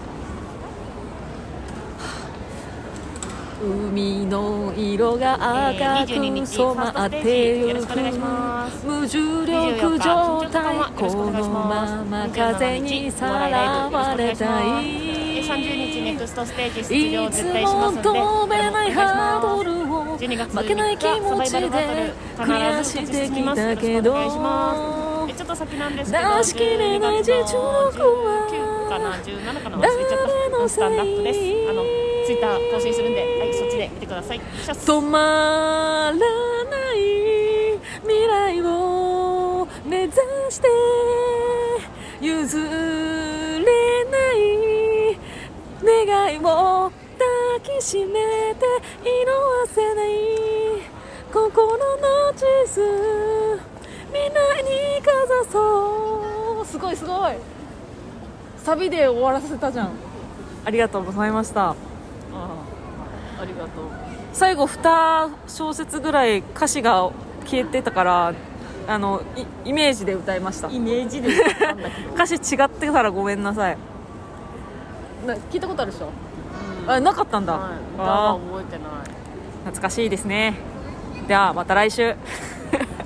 Speaker 1: 海の色が赤く染まってゆく無重力状態このまま風にさらわれたい
Speaker 2: さんじゅうにちネクストステージ出場絶対しますので、
Speaker 1: いつも飛べないハードルを負けない気持ちでクリアしてきたけど
Speaker 2: ちょっと先なんですけど
Speaker 1: 出しきれない実力は
Speaker 2: じゅうかなじゅうななかな忘れちゃったスタンダップです。あのツイッター更新するんで、はい、そっちで見てください。
Speaker 1: 止まらない未来を目指して譲れない願いを抱きしめて色あせない心の地図未来にかざそう。すごいすごいサビで終わらせたじゃん。ありがとうございました。
Speaker 2: ああ、ありがとう。
Speaker 1: 最後に小節ぐらい歌詞が消えてたからあの イ, イメージで歌いました。
Speaker 2: イメージで歌ったんだけど
Speaker 1: 歌詞違ってたらごめんなさい。な聞いたことあるでしょ、うん、あなかったんだ、
Speaker 2: はい、歌は覚えてない。
Speaker 1: 懐かしいですね。ではまた来週